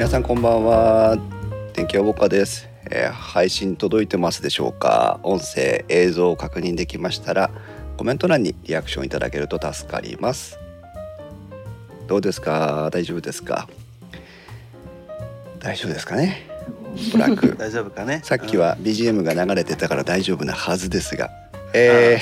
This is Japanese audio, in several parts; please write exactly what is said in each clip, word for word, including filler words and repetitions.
皆さんこんばんは。天気予報課です、えー、配信届いてますでしょうか。音声映像を確認できましたらコメント欄にリアクションいただけると助かります。どうですか、大丈夫ですか。大丈夫ですかね。おそらく大丈夫かね。 さっきは ビージーエム が流れてたから大丈夫なはずですが、え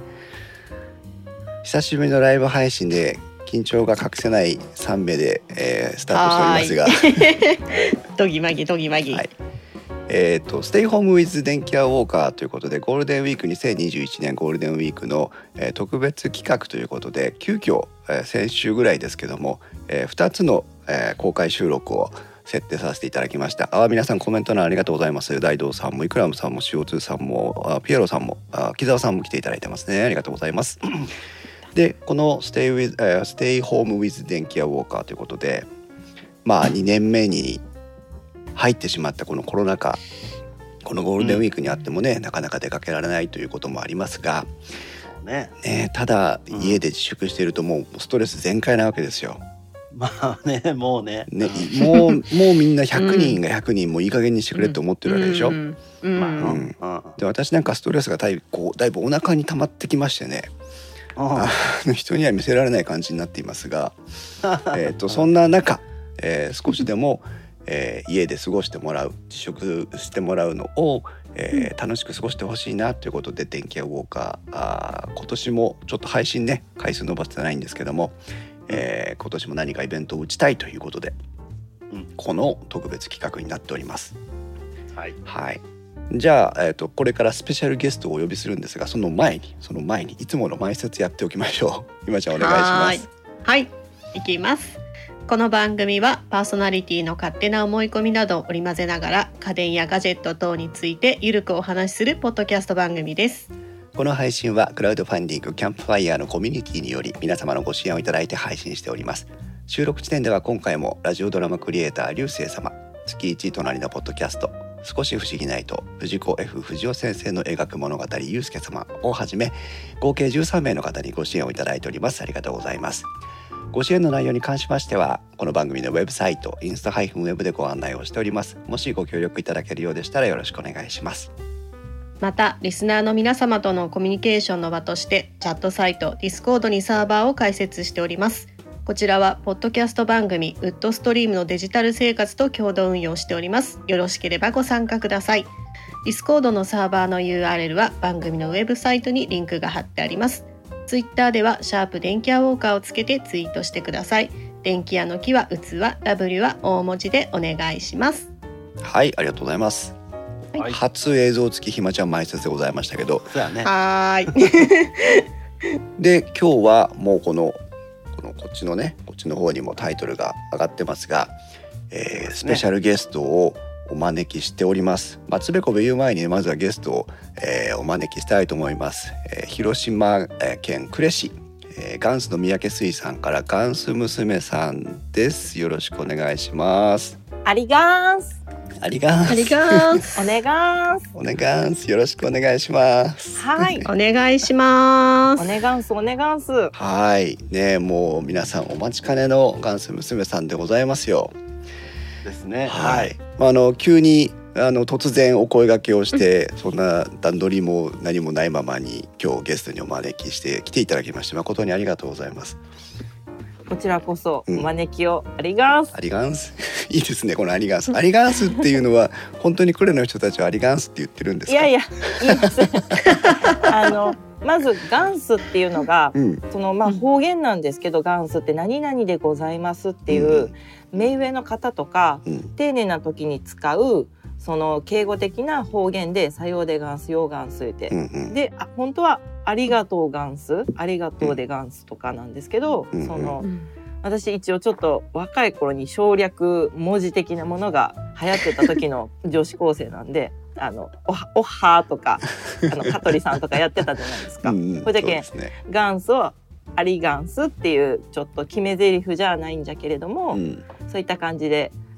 ー、久しぶりのライブ配信で緊張が隠せないさん名で、えー、スタートしておりますがドギマギドギマギ、 はい、えーとステイホームウィズ電気屋ウォーカーということで、ゴールデンウィークにせんにじゅういちねんゴールデンウィークの、えー、特別企画ということで、急遽、えー、先週ぐらいですけども、えー、ふたつの、えー、公開収録を設定させていただきました。あ、皆さんコメント欄ありがとうございます。大道さんもイクラムさんも シーオーツー さんもあピエロさんもあ木澤さんも来ていただいてますね。ありがとうございますで、このステイウィズ、えー、ステイホームウィズ電気屋ウォーカーということで、まあにねんめに入ってしまったこのコロナ禍、このゴールデンウィークにあってもね、うん、なかなか出かけられないということもありますが、ねね、ただ家で自粛しているともうストレス全開なわけですよ。 まあね、もうね、 ねもうもうみんなひゃくにんがひゃくにんもいい加減にしてくれって思ってるわけでしょ。で、私なんかストレスがだいぶこうだいぶお腹に溜まってきましてね、あの人には見せられない感じになっていますがえとそんな中、えー、少しでも、えー、家で過ごしてもらう、自粛してもらうのを、えー、楽しく過ごしてほしいなということで、電気屋ウォーカー、あー今年もちょっと配信ね回数伸ばせてないんですけども、えー、今年も何かイベントを打ちたいということで、うん、この特別企画になっております。はい、はい、じゃあ、えーと、これからスペシャルゲストをお呼びするんですが、その前にその前にいつもの前説やっておきましょう。ひまちゃんお願いします。 はい、いきます。この番組はパーソナリティの勝手な思い込みなどを織り交ぜながら、家電やガジェット等についてゆるくお話しするポッドキャスト番組です。 この配信はクラウドファンディングキャンプファイヤーのコミュニティにより皆様のご支援をいただいて配信しております。収録地点では今回もラジオドラマクリエイター流星様、月一隣のポッドキャスト少し不思議ないと藤子 F 不二雄先生の描く物語ゆうすけ様をはじめ、合計じゅうさん名の方にご支援をいただいております。ありがとうございます。ご支援の内容に関しましてはこの番組のウェブサイトインスタ -ウェブでご案内をしております。もしご協力いただけるようでしたらよろしくお願いします。 またリスナーの皆様とのコミュニケーションの場としてチャットサイト Discord にサーバーを開設しております。こちらはポッドキャスト番組ウッドストリームのデジタル生活と共同運用しております。よろしければご参加ください。 Discord のサーバーの ユーアールエル は番組のウェブサイトにリンクが貼ってあります。 Twitter ではシャープ電気屋ウォーカーをつけてツイートしてください。電気屋の木は器、 W は大文字でお願いします。 はい、ありがとうございます。はい、初映像付きひまちゃん前説でございましたけど、 そうやね、 はいで今日はもうこのこのこっちのねこっちの方にもタイトルが上がってますが、えー、スペシャルゲストをお招きしております。まあ、つべこべ言う前に、ね、まずはゲストを、えー、お招きしたいと思います。えー、広島県呉市、えー、ガンスの三宅水さんからガンス娘さんです。よろしくお願いします。 ありがーす。 ありがーす。 ありがーす。 お願いす。 お願いす。よろしくお願いします。 はい。 お願いします。 お願いす。お願いす。 はいね、もう皆さんお待ちかねのガンス娘さんでございますよ。 ですね。 はい。まあ、あの急にあの突然お声掛けをして、そんな段取りも何もないままに今日ゲストにお招きして来ていただきまして誠にありがとうございます。 こちらこそお招きをありがーす、 うん、ありがんすいいですね、このありがんすありがんすっていうのは本当にクレの人たちはありがんすって言ってるんですか。 いやいや言いませんあのまずガンスっていうのが、うん、そのまあ方言なんですけど、ガンスって何々でございますっていう、うん、目上の方とか、うん、丁寧な時に使うその敬語的な方言でさようでガンスようガンスって、うんうん、であ本当はありがとうガンスありがとうでガンスとかなんですけど、うん、その、うん、私一応ちょっと若い頃に省略文字的なものが流行ってた時の女子高生なんであの お, おはとかあの香取さんとかやってたじゃないですか。うん、これだけ、ね、ガンスをアリガンスっていうちょっと決め台詞じゃないんじゃけれども、うん、そういった感じで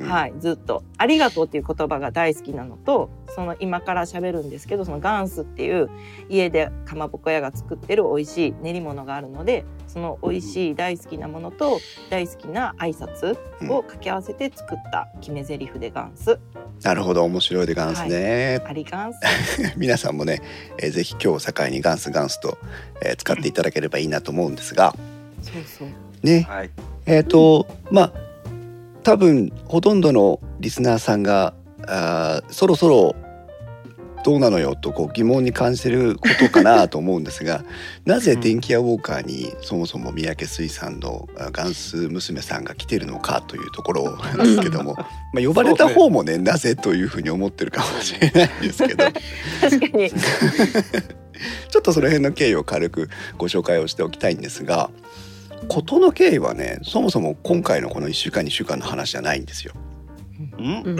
はい、ずっとありがとうっていう言葉が大好きなのと、その今から喋るんですけど、その元祖っていう家でかまぼこ屋が作ってる美味しい練り物があるので、その美味しい大好きなものと大好きな挨拶を掛け合わせて作った決め台詞で元祖。 なるほど、面白いで元祖ね、 はい、あり元祖皆さんもね、えー、ぜひ今日境に元祖元祖と、えー、使っていただければいいなと思うんですが、 そうそうね、 はい、 えっ、ー、とまあ多分ほとんどのリスナーさんがあそろそろどうなのよとこう疑問に感じてることかなと思うんですがなぜ電気屋ウォーカーにそもそも三宅水産の元祖娘さんが来てるのかというところなんですけどもまあ呼ばれた方もねなぜというふうに思ってるかもしれないんですけど確かにちょっとその辺の経緯を軽くご紹介をしておきたいんですが、事の経緯はね、そもそも今回のこのいっしゅうかんにしゅうかんの話じゃないんですよ。 うんうん、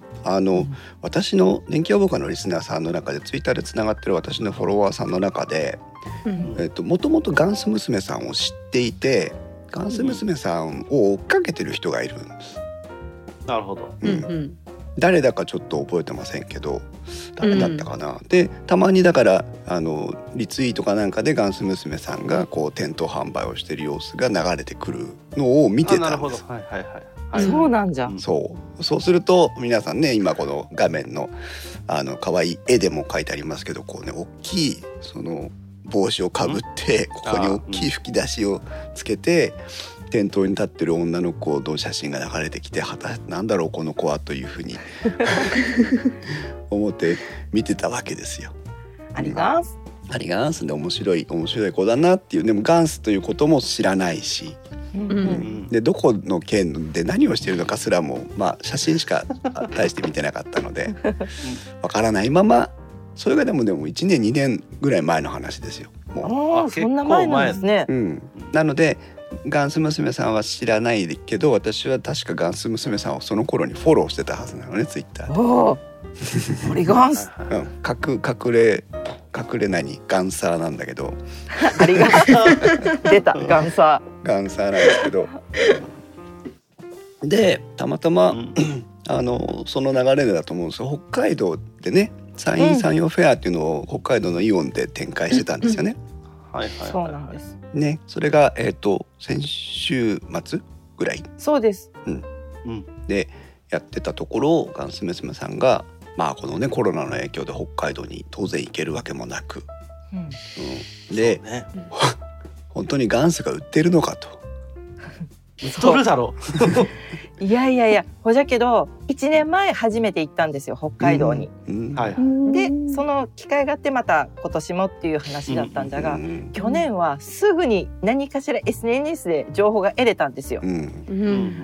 あの、うん、私の電気屋ウォーカーのリスナーさんの中でツイッターでつながってる私のフォロワーさんの中で、うん、えっと、もともと元祖娘さんを知っていて元祖娘さんを追っかけてる人がいるんです。 なるほど、 うんうん、誰だかちょっと覚えてませんけど誰だったかな、うん、でたまにだからあのリツイートかなんかで元祖娘さんがこう店頭販売をしてる様子が流れてくるのを見てたんです。 はいはいはいはい、そうなんじゃ、 うん、そうそうすると皆さんね、今この画面のあの可愛い絵でも書いてありますけど、こうね大きいその帽子をかぶって、うん、ここに大きい吹き出しをつけて、うん、店頭に立ってる女の子の写真が流れてきて、はたなんだろうこの子はというふうに思って見てたわけですよ。 ありがす、 ありがすで面白い面白い子だなっていう。でも元祖ということも知らないし、うんうん、でどこの県で何をしているのかすらも、まあ、写真しか大して見てなかったのでわからないまま、それがでもでもいちねんにねんぐらい前の話ですよ。 もうあそんな前なんですね、 うん、なので元祖娘さんは知らないけど、私は確か元祖娘さんをその頃にフォローしてたはずなのね、ツイッターで。 おーリガンス、 うん、隠隠れ隠れ何ガンサーなんだけどありがとう出たガンサーガンサーなんですけどでたまたま、うん、あのその流れだと思うんですよ。北海道でね、山陰山陽フェアっていうのを北海道のイオンで展開してたんですよね、 うん、はいはいはい、 そうなんですね。それが、えーと、先週末ぐらい、 そうです、 うんうん、でやってたところ、元祖娘さんがまあこのねコロナの影響で北海道に当然行けるわけもなく、うんうん、で、ね、本当に元祖が売ってるのかと売っとるだろういやいやいや、ほじゃけどいちねんまえ初めて行ったんですよ、北海道に、 うんうん、 はい、でその機会があってまた今年もっていう話だったんだが、うんうん、去年はすぐに何かしら エスエヌエス で情報が得れたんですよ、うんうん、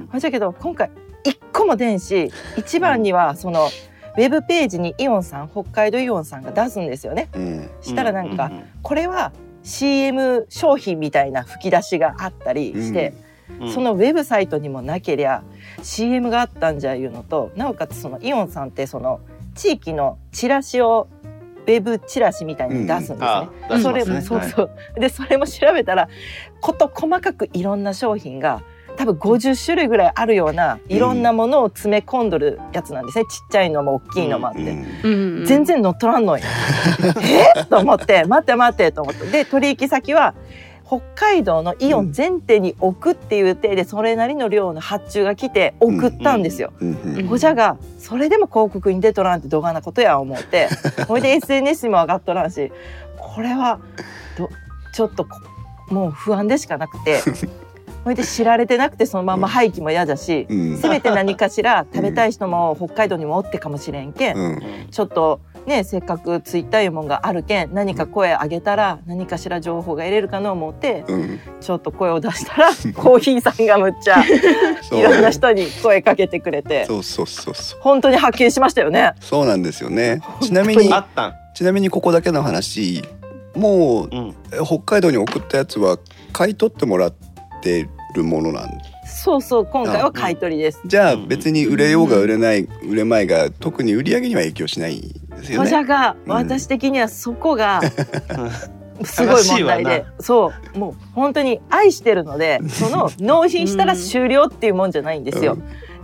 ほじゃけど今回一個も出んし、一番にはそのウェブページにイオンさん、北海道イオンさんが出すんですよね、うん、したらなんか、うん、これは シーエム 商品みたいな吹き出しがあったりして、うん、そのウェブサイトにもなけりゃ シーエム があったんじゃいうのと、なおかつそのイオンさんってその地域のチラシをウェブチラシみたいに出すんですね、うん、それもそうそう、はい、でそれも調べたらこと細かくいろんな商品が多分ごじゅっしゅるいぐらいあるようないろんなものを詰め込んどるやつなんですね、うん、ちっちゃいのも大きいのもあって、うん、全然乗っ取らんのよえっと思って待って待ってと思って、で取引先は北海道のイオン全店に置くっていう体でそれなりの量の発注が来て送ったんですよ、うんうん、ほじゃがそれでも広告に出とらんってどがなことや思ってほいで エスエヌエス にも上がっとらんし、これはどちょっともう不安でしかなくてほいで知られてなくてそのまま廃棄も嫌だし、うん、せめて何かしら食べたい人も北海道にもおってかもしれんけん、うん、ちょっとね、せっかくツイッターいうもんがあるけん何か声上げたら何かしら情報が得れるかなと思って、うん、ちょっと声を出したらコーヒーさんがむっちゃいろんな人に声かけてくれてそうそうそうそう本当に発見しましたよね。 そうなんですよね。ちなみにちなみにここだけの話、もう、うん、北海道に送ったやつは買い取ってもらってるものなんで。 そうそう、今回は買い取りです。 じゃあ別に売れようが売れない、うん、売れまいが特に売り上げには影響しないですよね。 ほじゃが、うん、私的にはそこがすごい問題で、そうもう本当に愛してるのでその納品したら終了っていうもんじゃないんですよ、うん、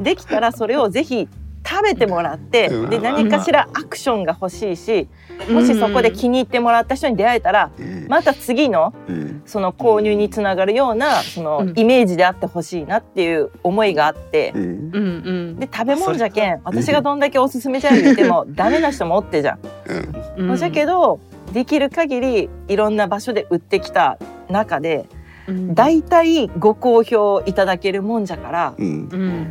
できたらそれをぜひ食べてもらって、うん、で何かしらアクションが欲しいし、うん、もしそこで気に入ってもらった人に出会えたら、うん、また次の、うん、その購入につながるようなそのイメージであってほしいなっていう思いがあって、うん、で食べ物じゃけん私がどんだけおすすめじゃん言ってもダメな人もおってじゃん、うん、じゃけどできる限りいろんな場所で売ってきた中でだいたいご好評いただけるもんじゃから、うん、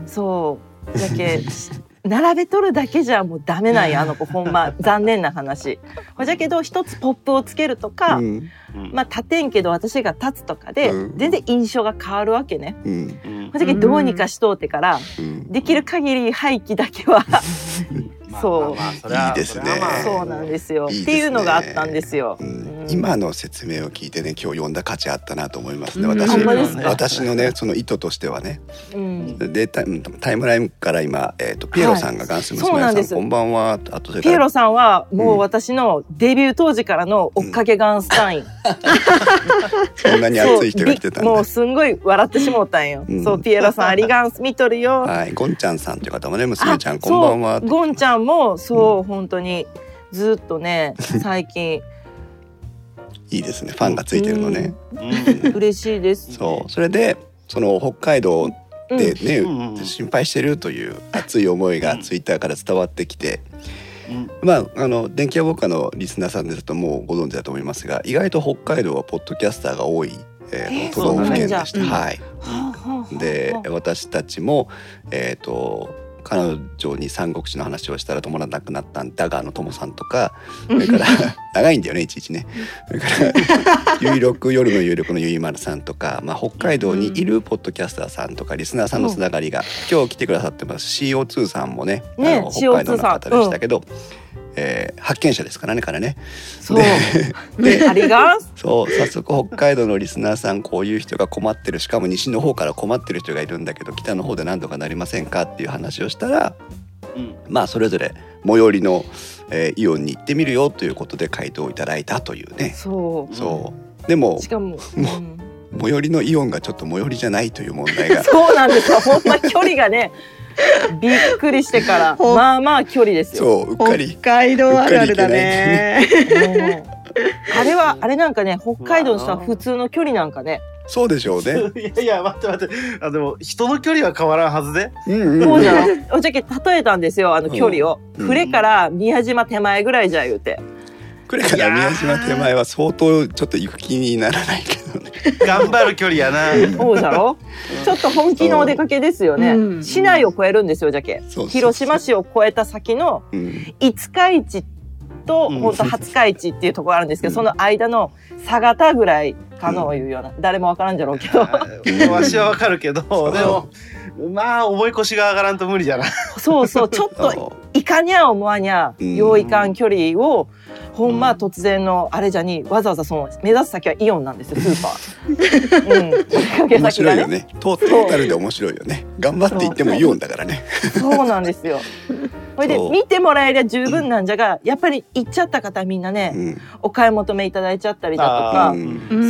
そうじゃけ並べとるだけじゃもうダメなんやあの子ほんま残念な話ほじゃけど一つポップをつけるとか、うん、まあ立てんけど私が立つとかで、うん、全然印象が変わるわけね、うん、ほじゃけどうにかしとうてから、うん、できる限り廃棄だけはそう、まあまあ、 いいですね。 そうなんですよ。いいですね。っていうのがあったんですよ。 うんうん、今の説明を聞いてね、今日読んだ価値あったなと思いますね。私、うん、私のね、その意図としてはね。うん、でタイ、タイムラインから今、えっ、ー、とピエロさんがガンス娘さん、はい、こんばんは。あとそれからピエロさんはもう私のデビュー当時からの追っかけガンス隊員。うん、 そんなに熱い人が来てたんだ。 もうすんごい笑ってしもったんよ。うん、そうピエロさんありガンス見とるよ。 はい、ゴンちゃんさんという方もね、娘ちゃんこんばんは。 ゴンちゃんもそう、うん、本当にずっとね最近いいですねファンがついてるのね、 うん、嬉しいです、ね、 そうそれでその北海道でね、うん、心配してるという熱い思いがツイッターから伝わってきて、うん、まああの電気屋ウォーカーのリスナーさんですともうご存知だと思いますが意外と北海道はポッドキャスターが多い、えー、えー、都道府県でして、はい、うん、で私たちもえっ、ー、と彼女に三国志の話をしたら止まらなくなったダガーの友さんとかそれから長いんだよねいちいちねそれから有力夜の有力のゆいまるさんとか、まあ、北海道にいるポッドキャスターさんとかリスナーさんのつながりが、うん、今日来てくださってます シーオーツー さんも ね, ねあの北海道の方でしたけど、うんえー、発見者ですからね彼ね。 そうでありがそう早速北海道のリスナーさんこういう人が困ってるしかも西の方から困ってる人がいるんだけど北の方で何とかなりませんかっていう話をしたら、うん、まあそれぞれ最寄りの、えー、イオンに行ってみるよということで回答をいただいたというね。 そうそう、うん、でもしかも、うん、 もう最寄りのイオンがちょっと最寄りじゃないという問題がそうなんですよほんま距離がねびっくりしてからまあまあ距離ですよ。 そううっかり北海道あるあるだねあれはあれなんかね北海道の人は普通の距離なんかね。 そうでしょうね。 いやいや待って待ってあでも人の距離は変わらんはずで。 うんうんうん、 そうじゃん。おじゃけ例えたんですよあの距離を。うん、呉から宮島手前ぐらいじゃ言うて。 呉から宮島手前は相当ちょっと行く気にならないけどね。 頑張る距離やな。 そうじゃろ。ちょっと本気のお出かけですよね。うん、市内を越えるんですよじゃけ。そうそうそう広島市を越えた先の五日市と、うん、本当廿日市っていうところあるんですけど、うん、その間の佐賀ぐらいかのいうような、うん、誰もわからんじゃろうけど。 わしはわかるけど、でもまあ重い腰が上がらんと無理じゃない。 そうそうちょっといかにゃ思わにゃよういかん距離を。ほんま突然のあれじゃにわざわざその目指す先はイオンなんですよスーパー、うん、 面白いよねトータルで面白いよね頑張って行ってもイオンだからねそうなんですよそれで見てもらえりゃ十分なんじゃがやっぱり行っちゃった方みんなね、うん、お買い求めいただいちゃったりだとか、うん、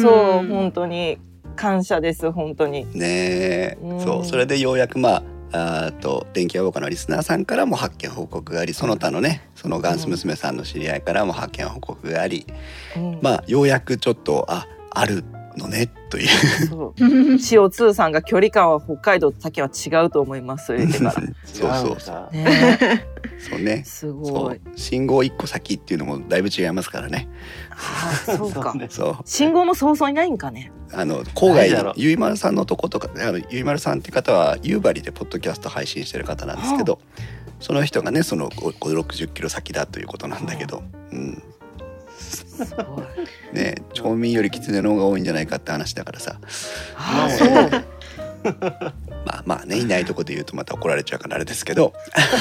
そう本当に感謝です本当にねえ、うん、そうそれでようやくまああと電気屋ウォーカーのリスナーさんからも発見報告がありその他のねそのガンス娘さんの知り合いからも発見報告があり、うん、まあようやくちょっとああるのねというそう シーオーツー さんが距離感は北海道と先は違うと思いますそれでからそうそうそう、 ね、 そうねすごい信号いっこ先っていうのもだいぶ違いますからねあそうかそう信号も早々にないんかねあの郊外ゆいまるさんのとことかあのゆいまるさんって方は夕張でポッドキャスト配信してる方なんですけどその人がねそのごじゅうろくじゅっキロ先だということなんだけど、うん、すごいね町民より狐の方が多いんじゃないかって話だからさああそうまあまあねいないとこで言うとまた怒られちゃうからあれですけど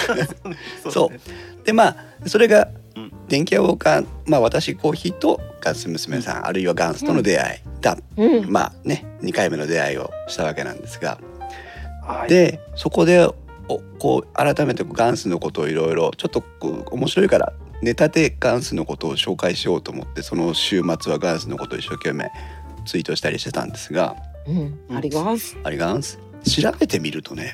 そうでまあそれが電気屋ウォーカー、まあ、私コーヒーとガンス娘さん、うん、あるいはガンスとの出会いだ、うん、まあねにかいめの出会いをしたわけなんですが、はい、でそこでおこう改めてガンスのことをいろいろちょっとこう面白いからネタでガンスのことを紹介しようと思ってその週末はガンスのことを一生懸命ツイートしたりしてたんですが、 うん、ありがんすありがんす調べてみるとね、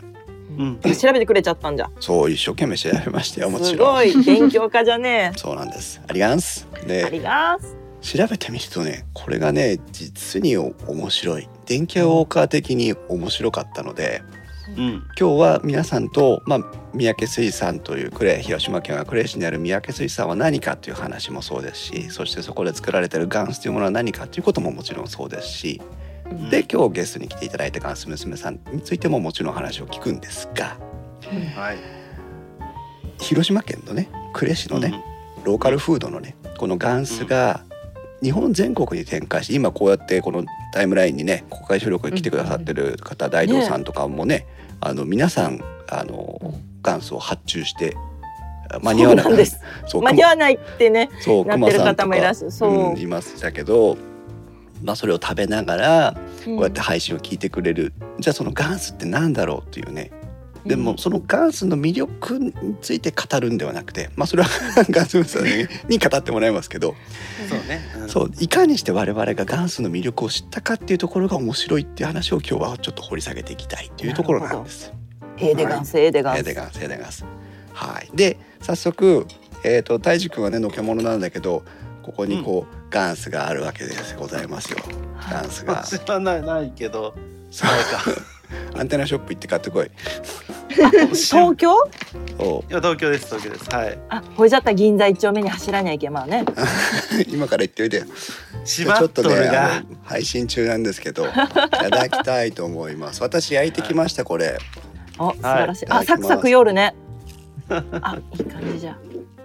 うん、調べてくれちゃったんじゃ。 そう一生懸命調べましたよ。もちろんすごい勉強家じゃね。 そうなんです。ありがんす。でありがす。 調べてみるとね、これがね実に面白い、電気屋ウォーカー的に面白かったので、うん、今日は皆さんと、まあ、三宅水産という呉広島県は呉市にある三宅水産は何かという話もそうですし、そしてそこで作られているガンスというものは何かということももちろんそうですし、うん、で今日ゲストに来ていただいたガンス娘さんについてももちろん話を聞くんですが、うんはい、広島県のね呉市のね、うん、ローカルフードのねこのガンスが日本全国に展開して、今こうやってこのタイムラインにね公開収録に来てくださってる方、うん、大道さんとかもね、あの皆さんあのガンスを発注して間に合わない、 そう間に合わないってねなってる方もいらっしゃる、そう、 うん、いましたけど、まあ、それを食べながらこうやって配信を聞いてくれる、うん、じゃあそのガンスってなんだろうっていうね、でもそのガンスの魅力について語るんではなくて、まあそれはガンスさんに語ってもらいますけど、 そうね、うん、 そういかにして我々がガンスの魅力を知ったかっていうところが面白いっていう話を今日はちょっと掘り下げていきたいというところなんです。 エーデガンス、エーデガンス、 エーデガンス、エーデガンス。はい。で早速えっ、ー、と泰治君はねのけ者なんだけど、ここにこう、うん、ガンスがあるわけでございますよ。ガンスが。 知らないないけど。 そうか。アンテナショップ行って買ってこい。 東京？ いや東京です東京です。はい。 あ、ほいじゃったら銀座一丁目に走らにゃいけまあね。 今から言っておいてよ。 しまっとるが。ちょっとね配信中なんですけど、いただきたいと思います。私焼いてきましたこれ。 お、素晴らしい。あ、サクサク夜ね。あ、いい感じじゃ。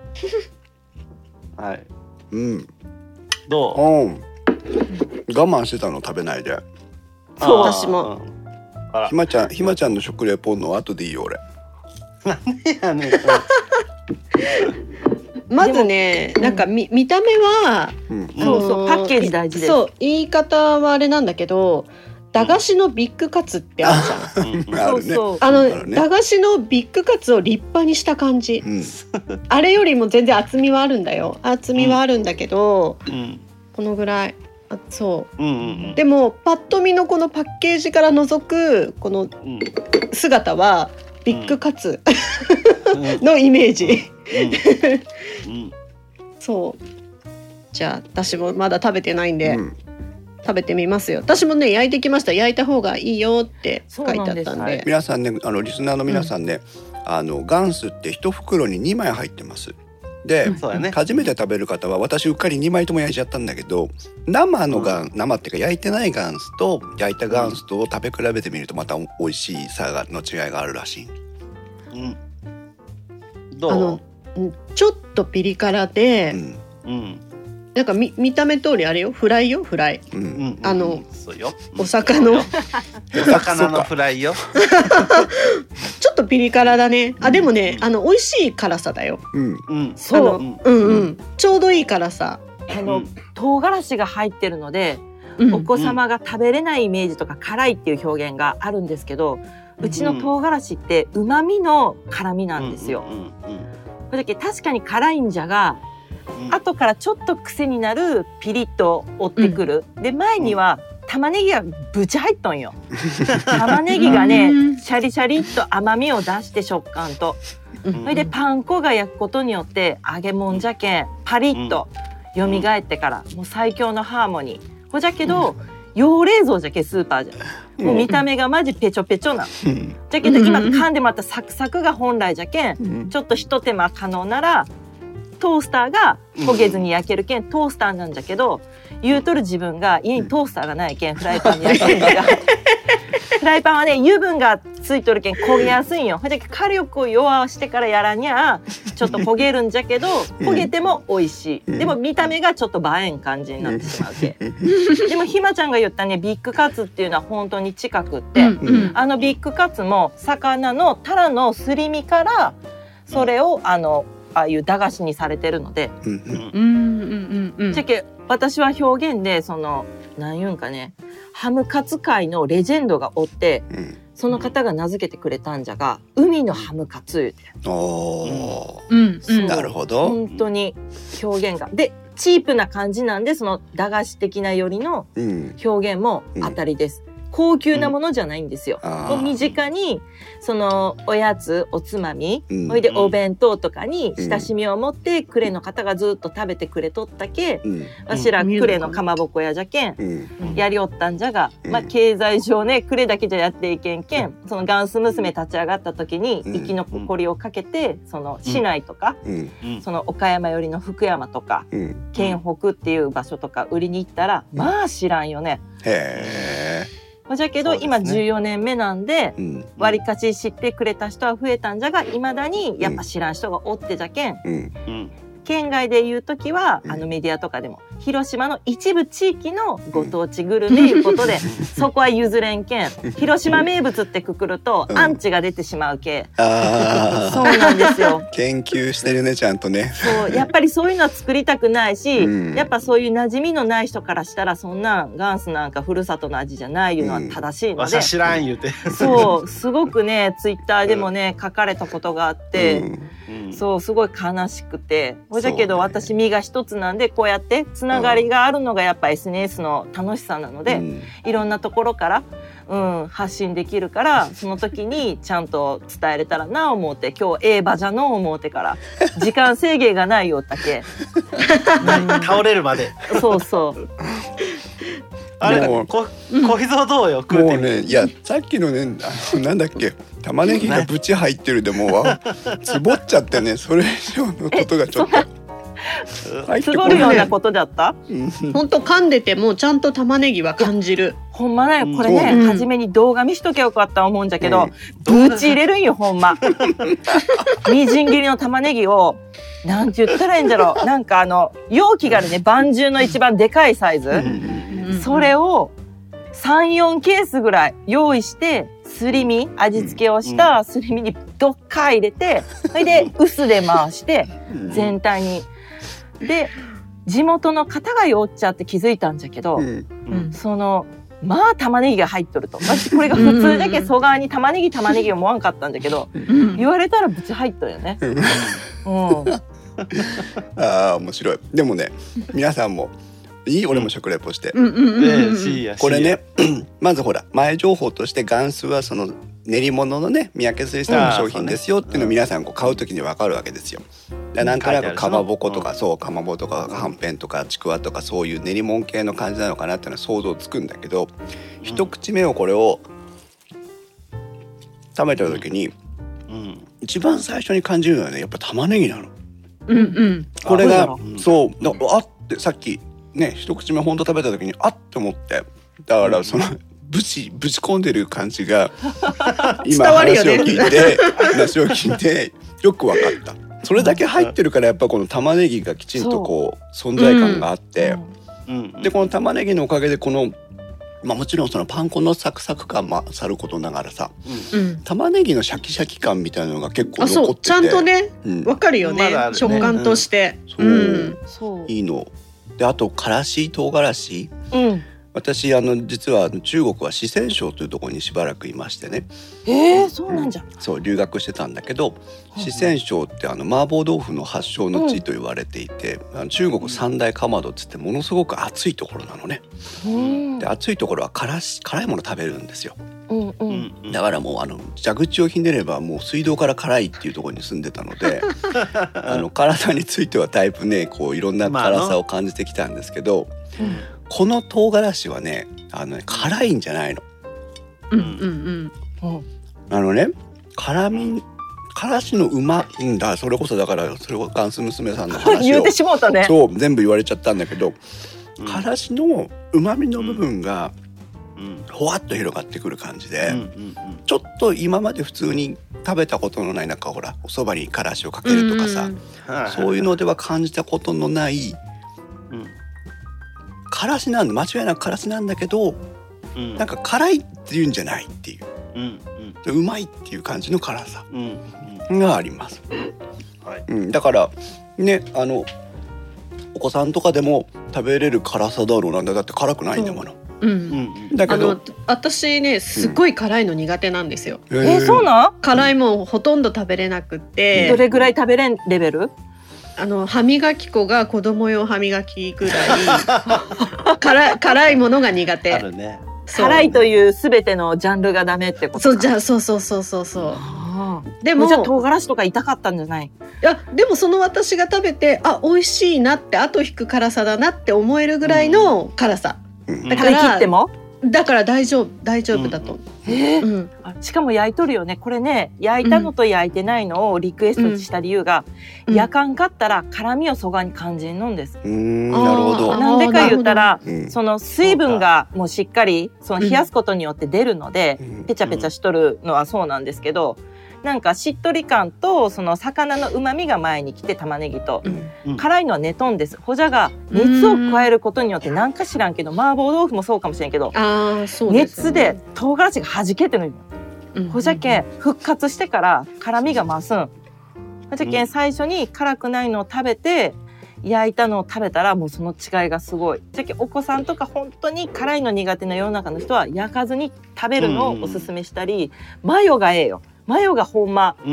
はい。 うん。 どう？ うん。我慢してたの食べないで。 そう私も。 ひまちゃん、ひまちゃんの食レポの後でいいよ俺。 なんでやねん。 まずね、なんか見見た目は、 うん、そうそうパッケージ大事です。 そう言い方はあれなんだけど、駄菓子のビッグカツってあるじゃん。 そうそう。 あの駄菓子のビッグカツを立派にした感じ。うん、あれよりも全然厚みはあるんだよ。厚みはあるんだけど、うん、このぐらい。あそう、うんうんうん、でもパッと見のこのパッケージから覗くこの姿はビッグカツ、うん、のイメージ、うんうん、そうじゃあ私もまだ食べてないんで、うん、食べてみますよ。私もね焼いてきました。焼いた方がいいよって書いてあったん で, んで、はい、 皆さんねあのリスナーの皆さんね、うん、あのガンスって一袋ににまい入ってます。で、ね、初めて食べる方は私うっかりにまいとも焼いちゃったんだけど、生のガン、うん、生っていうか焼いてないガンスと焼いたガンスと食べ比べてみるとまた美味しいさの違いがあるらしい。 うん、どう？あのちょっとピリ辛で、うんうん、なんか 見, 見た目通りあれよフライよフライ、うん、あの、うん、そうよお魚お魚のフライよ。 ちょっとピリ辛だね。あでもね、うん、あの美味しい辛さだよ。うんうん、そう、うんうんうん、ちょうどいい辛さ。 あの、うん、唐辛子が入ってるので、うん、お子様が食べれないイメージとか辛いっていう表現があるんですけど、うちの唐辛子って旨味の辛みなんですよ。それだけ確かに辛いんじゃが、うん、後からちょっと癖になるピリッと追ってくる、うん、で前には玉ねぎがぶち入っとんよ。玉ねぎがねシャリシャリっと甘みを出して食感と、それでパン粉が焼くことによって揚げもんじゃけんパリッと蘇ってからもう最強のハーモニー。ほじゃけど用冷蔵じゃけスーパーじゃもう見た目がマジペチョペチョなじゃけど今噛んでまたサクサクが本来じゃけんちょっと一手間可能ならトースターが焦げずに焼けるけんトースターなんじゃけど、言うとる自分が家にトースターがないけんフライパンに焼けるのがフライパンはね油分がついとるけん焦げやすいんよ。ほんで火力を弱してからやらにゃちょっと焦げるんじゃけど焦げても美味しい。でも見た目がちょっと映えん感じになってしまうけでもひまちゃんが言ったねビッグカツっていうのは本当に近くって、うんうん、あのビッグカツも魚のタラのすり身からそれをあのああいう駄菓子にされてるので、うんうんうん、じゃけ私は表現でその何言うんかねハムカツ界のレジェンドがおって、うん、その方が名付けてくれたんじゃが海のハムカツ言うて、 うんうん、なるほど本当に表現がでチープな感じなんでその駄菓子的なよりの表現も当たりです、うんうん、 高級なものじゃないんですよ。 うん、 もう身近にそのおやつおつまみ、 うん、 それでお弁当とかに親しみを持って呉の方がずっと食べてくれとったけ、うん、わしら呉のかまぼこ屋じゃけん、うん、やりおったんじゃが、うん、まあ経済上ね呉だけじゃやっていけんけん、そのガンス娘立ち上がった時に生き残りをかけて、その市内とか、うん、その岡山寄りの福山とか、うん、県北っていう場所とか売りに行ったら、うん、まあ知らんよね。 へー。 じゃけど、ね、今じゅうよねんめなんで、わり、うん、かし知ってくれた人は増えたんじゃが、いまだにやっぱ知らん人がおってじゃけん、うんうん県外でいうときは、うん、あのメディアとかでも広島の一部地域のご当地グルメいうことで、うん、そこは譲れんけん広島名物ってくくると、うん、アンチが出てしまうけ、あそうなんですよ。 研究してるねちゃんとね。 そうやっぱりそういうのは作りたくないし、うん、やっぱそういう馴染みのない人からしたらそんなガンスなんかふるさとの味じゃないいうのは正しいので、 わしは知らん言うてそうすごくねツイッターでもね、うん、書かれたことがあって、うん、そうすごい悲しくて、だけど私身が一つなんでこうやってつながりがあるのがやっぱ エスエヌエス の楽しさなので、うん、いろんなところから、うん、発信できるから、その時にちゃんと伝えれたらな思うて、今日ええ場じゃの思うてから時間制限がないよったけ、 うん、倒れるまでそうそうあれこ小秘蔵どうよ。 もうねいやさっきのねあのなんだっけ玉ねぎがブチ入ってるでもうつぼっちゃってね、それ以上のことがちょっとつぼるようなことだった。 本当噛んでてもちゃんと玉ねぎは感じる。 ほんまねこれね、うん、初めに動画見しとけよかった思うんじゃけど、うん、ぶち入れるんよほんまみじん切りの玉ねぎをなんて言ったらいいんだろう、なんかあの容器があるね、晩中の一番でかいサイズ、うん、それを さん,よん ケースぐらい用意してすり身味付けをしたすり身にどっか入れて、それで臼で回して全体にで地元の方が酔っちゃって気づいたんじゃけど、うん、そのまあ玉ねぎが入っとると、私これが普通だけそがに玉ねぎ玉ねぎ思わんかったんだけど、うん、言われたらぶち入っとるよね、うん、 あー面白い。でもね皆さんもいい、俺も食レポして、これねまずほら前情報としてガンスはその練り物のね三宅水産の商品ですよっていうのを皆さんこう買うときに分かるわけですよ。でなんとなくかまぼことか、そうかまぼとかはんぺんとかちくわとかそういう練り物系の感じなのかなっていうのは想像つくんだけど、一口目をこれを食べたときに一番最初に感じるのはねやっぱ玉ねぎなの。 うんうん、 これがそうだあってさっきね一口目ほんと食べた時にあって思って、だからそのぶちぶち込んでる感じが今話を聞いて話を聞いてよく分かった。それだけ入ってるからやっぱこの玉ねぎがきちんとこう存在感があって、うん、でこの玉ねぎのおかげでこのまあもちろんそのパン粉のサクサク感もさることながらさ、うん、玉ねぎのシャキシャキ感みたいなのが結構残ってて、あそうちゃんとね、うん、分かるよね、まね食感として、 うん、そう、うん、いいので、あとからし唐辛子、うん私あの実は中国は四川省というところにしばらくいましてね。 えー、そうなんじゃ、うん、 そう留学してたんだけど、四川省ってあの麻婆豆腐の発祥の地と言われていて、うん、あの中国三大かまどっつってものすごく暑いところなのね、うん、で暑いところは辛し辛いもの食べるんですよ、うんうん、だからもうあの蛇口をひねればもう水道から辛いっていうところに住んでたのであの体についてはだいぶねこういろんな辛さを感じてきたんですけど、まあうんこの唐辛子はね、あのね辛いんじゃないの。うんうんうん。あのね、辛み辛子のうまいんだ。それこそだからそれをガンス娘さんの話を言ってしまったね。 そう全部言われちゃったんだけど、うん、辛子のうまみの部分が、うん、ほわっと広がってくる感じで、うんうんうん、ちょっと今まで普通に食べたことのないなんかほらお蕎麦に辛子をかけるとかさ、うんうん、そういうのでは感じたことのない。うん辛子なんだ間違いなく辛子なんだけど、うん、なんか辛いっていうんじゃないっていう、うんうん、うまいっていう感じの辛さがあります、うんはいうん、だからねあのお子さんとかでも食べれる辛さだろうなんだだって辛くないんだもの、うんうん、だけどあの私ねすっごい辛いの苦手なんですよ、 うん、えー、そうなん？ 辛いもんほとんど食べれなくて、 どれぐらい食べれんレベル？ あの歯磨き粉が子供用歯磨きぐらい辛, 辛いものが苦手。あるね。 辛いというすべてのジャンルがダメってことか。 そうじゃあそうそうそうそうそうでもじゃあ唐辛子とか痛かったんじゃない？ いやでもその私が食べてあ美味しいなって後引く辛さだなって思えるぐらいの辛さ、 うん、だから食べきってもだから大丈夫大丈夫だと、うんえーうん、しかも焼いとるよねこれね。焼いたのと焼いてないのをリクエストした理由が、うん、焼かんかったら辛みをそがに感じんのんです。 うーんなるほど。 なんでか言ったらその水分がもうしっかりその冷やすことによって出るので、うん、ペチャペチャしとるのはそうなんですけど、なんかしっとり感とその魚の旨味が前に来て玉ねぎと、うん、辛いのは寝とんです。ほじゃが熱を加えることによってなんか知らんけど麻婆豆腐もそうかもしれんけどあそうですよね、熱で唐辛子が弾けてるんよ、うん、ほじゃけ復活してから辛みが増すん。ほじゃけ最初に辛くないのを食べて焼いたのを食べたらもうその違いがすごい。じゃけお子さんとか本当に辛いの苦手な世の中の人は焼かずに食べるのをおすすめしたり、うん、マヨがええよ。マヨがほんま、うん、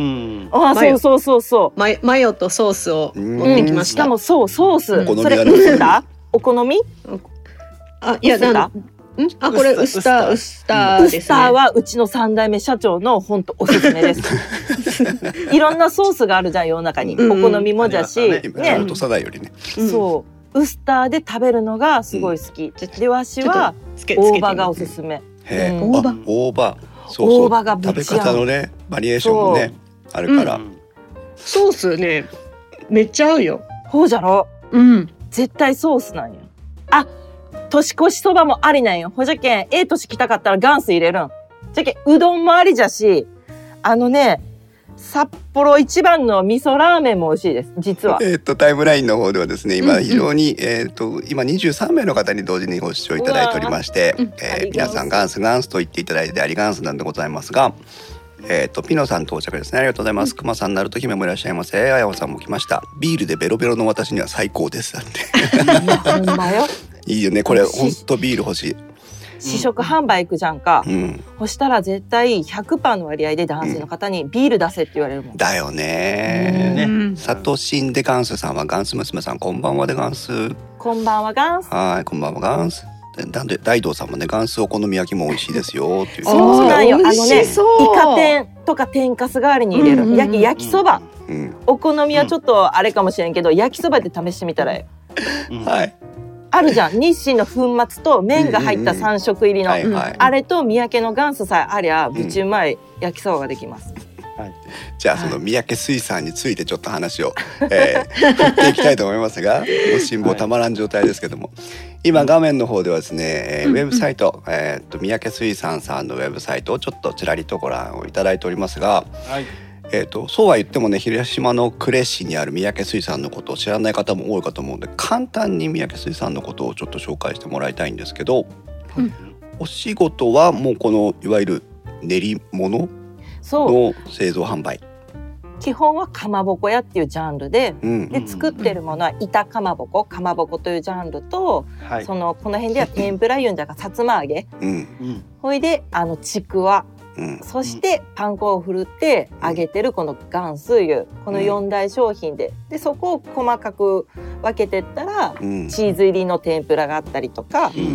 あそうそうそうそうマヨ、マヨとソースを持ってきました、 うん、しかもそうソース、うん、それウスターお好みあいやなんあこれウスターウスターですね。 ウスターはうちの三代目社長の本当おすすめですいろんなソースがあるじゃん世の中に、うん、お好みもじゃし、うん、 ね落とさないよりね、 うん、そうウスターで食べるのがすごい好き、うん、でわしは大葉がおすすめ。 へー、うん、大葉大葉そうそう大葉がぶち食べ方のねバリエーションもねあるから、うん、 ソースねめっちゃ合うよ。 ほうじゃろ、うん、絶対ソースなんよ。あ年越しそばもありなんよ。ほじゃけんええ年来たかったら元祖入れるんじゃけんうどんもありじゃし、あのね札幌一番の味噌ラーメンも美味しいです実は。 えっとタイムラインの方ではですね今非常に、うんうん、えっと今にじゅうさんめいの方に同時にご視聴いただいておりまして、えー、皆さん元祖元祖と言っていただいてあり元祖なんでございますが、えっとピノさん到着ですね。ありがとうございます。くまさん、ナルト姫もいらっしゃいませ。あやほさんも来ました。ビールでベロベロの私には最高ですだってほんまよいいよねこれほんとビール欲しい。 試食販売行くじゃんか、うん、そしたら絶対 ひゃくパーセント の割合で男性の方にビール出せって言われるもん、うん、 だよね。サトシンでガンスさんはガンス娘さんこんばんはでガンスこんばんはガンスはいこんばんはガンスなんで大道さんもねガンスお好み焼きも美味しいですよっていう。 そうなんよ。あのねイカ天とか天かす代わりに入れる、うんうんうん、焼き焼きそば、うん、お好みはちょっとあれかもしれんけど、うん、焼きそばで試してみたらよ、うん、はいあるじゃん日清の粉末と麺が入ったさん食入りの、うんうんうん、あれと三宅の元祖さえありゃぶちうまい焼きそばができます、 うんはい、じゃあその三宅水産についてちょっと話を、えー、振っていきたいと思いますがもう辛抱たまらん状態ですけども、はい、今画面の方ではですね、うん、ウェブサイト、えー、っと三宅水産さんのウェブサイトをちょっとちらりとご覧をいただいておりますが、はいえー、とそうは言ってもね広島の呉市にある三宅水産のことを知らない方も多いかと思うので簡単に三宅水産のことをちょっと紹介してもらいたいんですけど、うん、お仕事はもうこのいわゆる練り物の製造販売。 基本はかまぼこ屋っていうジャンル で,、うん、で作ってるものは板かまぼこかまぼこというジャンルと、はい、そのこの辺では天ぷらいうんじゃがさつま揚げ、うん、ほいであのちくわうん、そしてパン粉を振るって揚げてるこの元祖油このよん大商品で、でそこを細かく分けてったら、うん、チーズ入りの天ぷらがあったりとか、うん、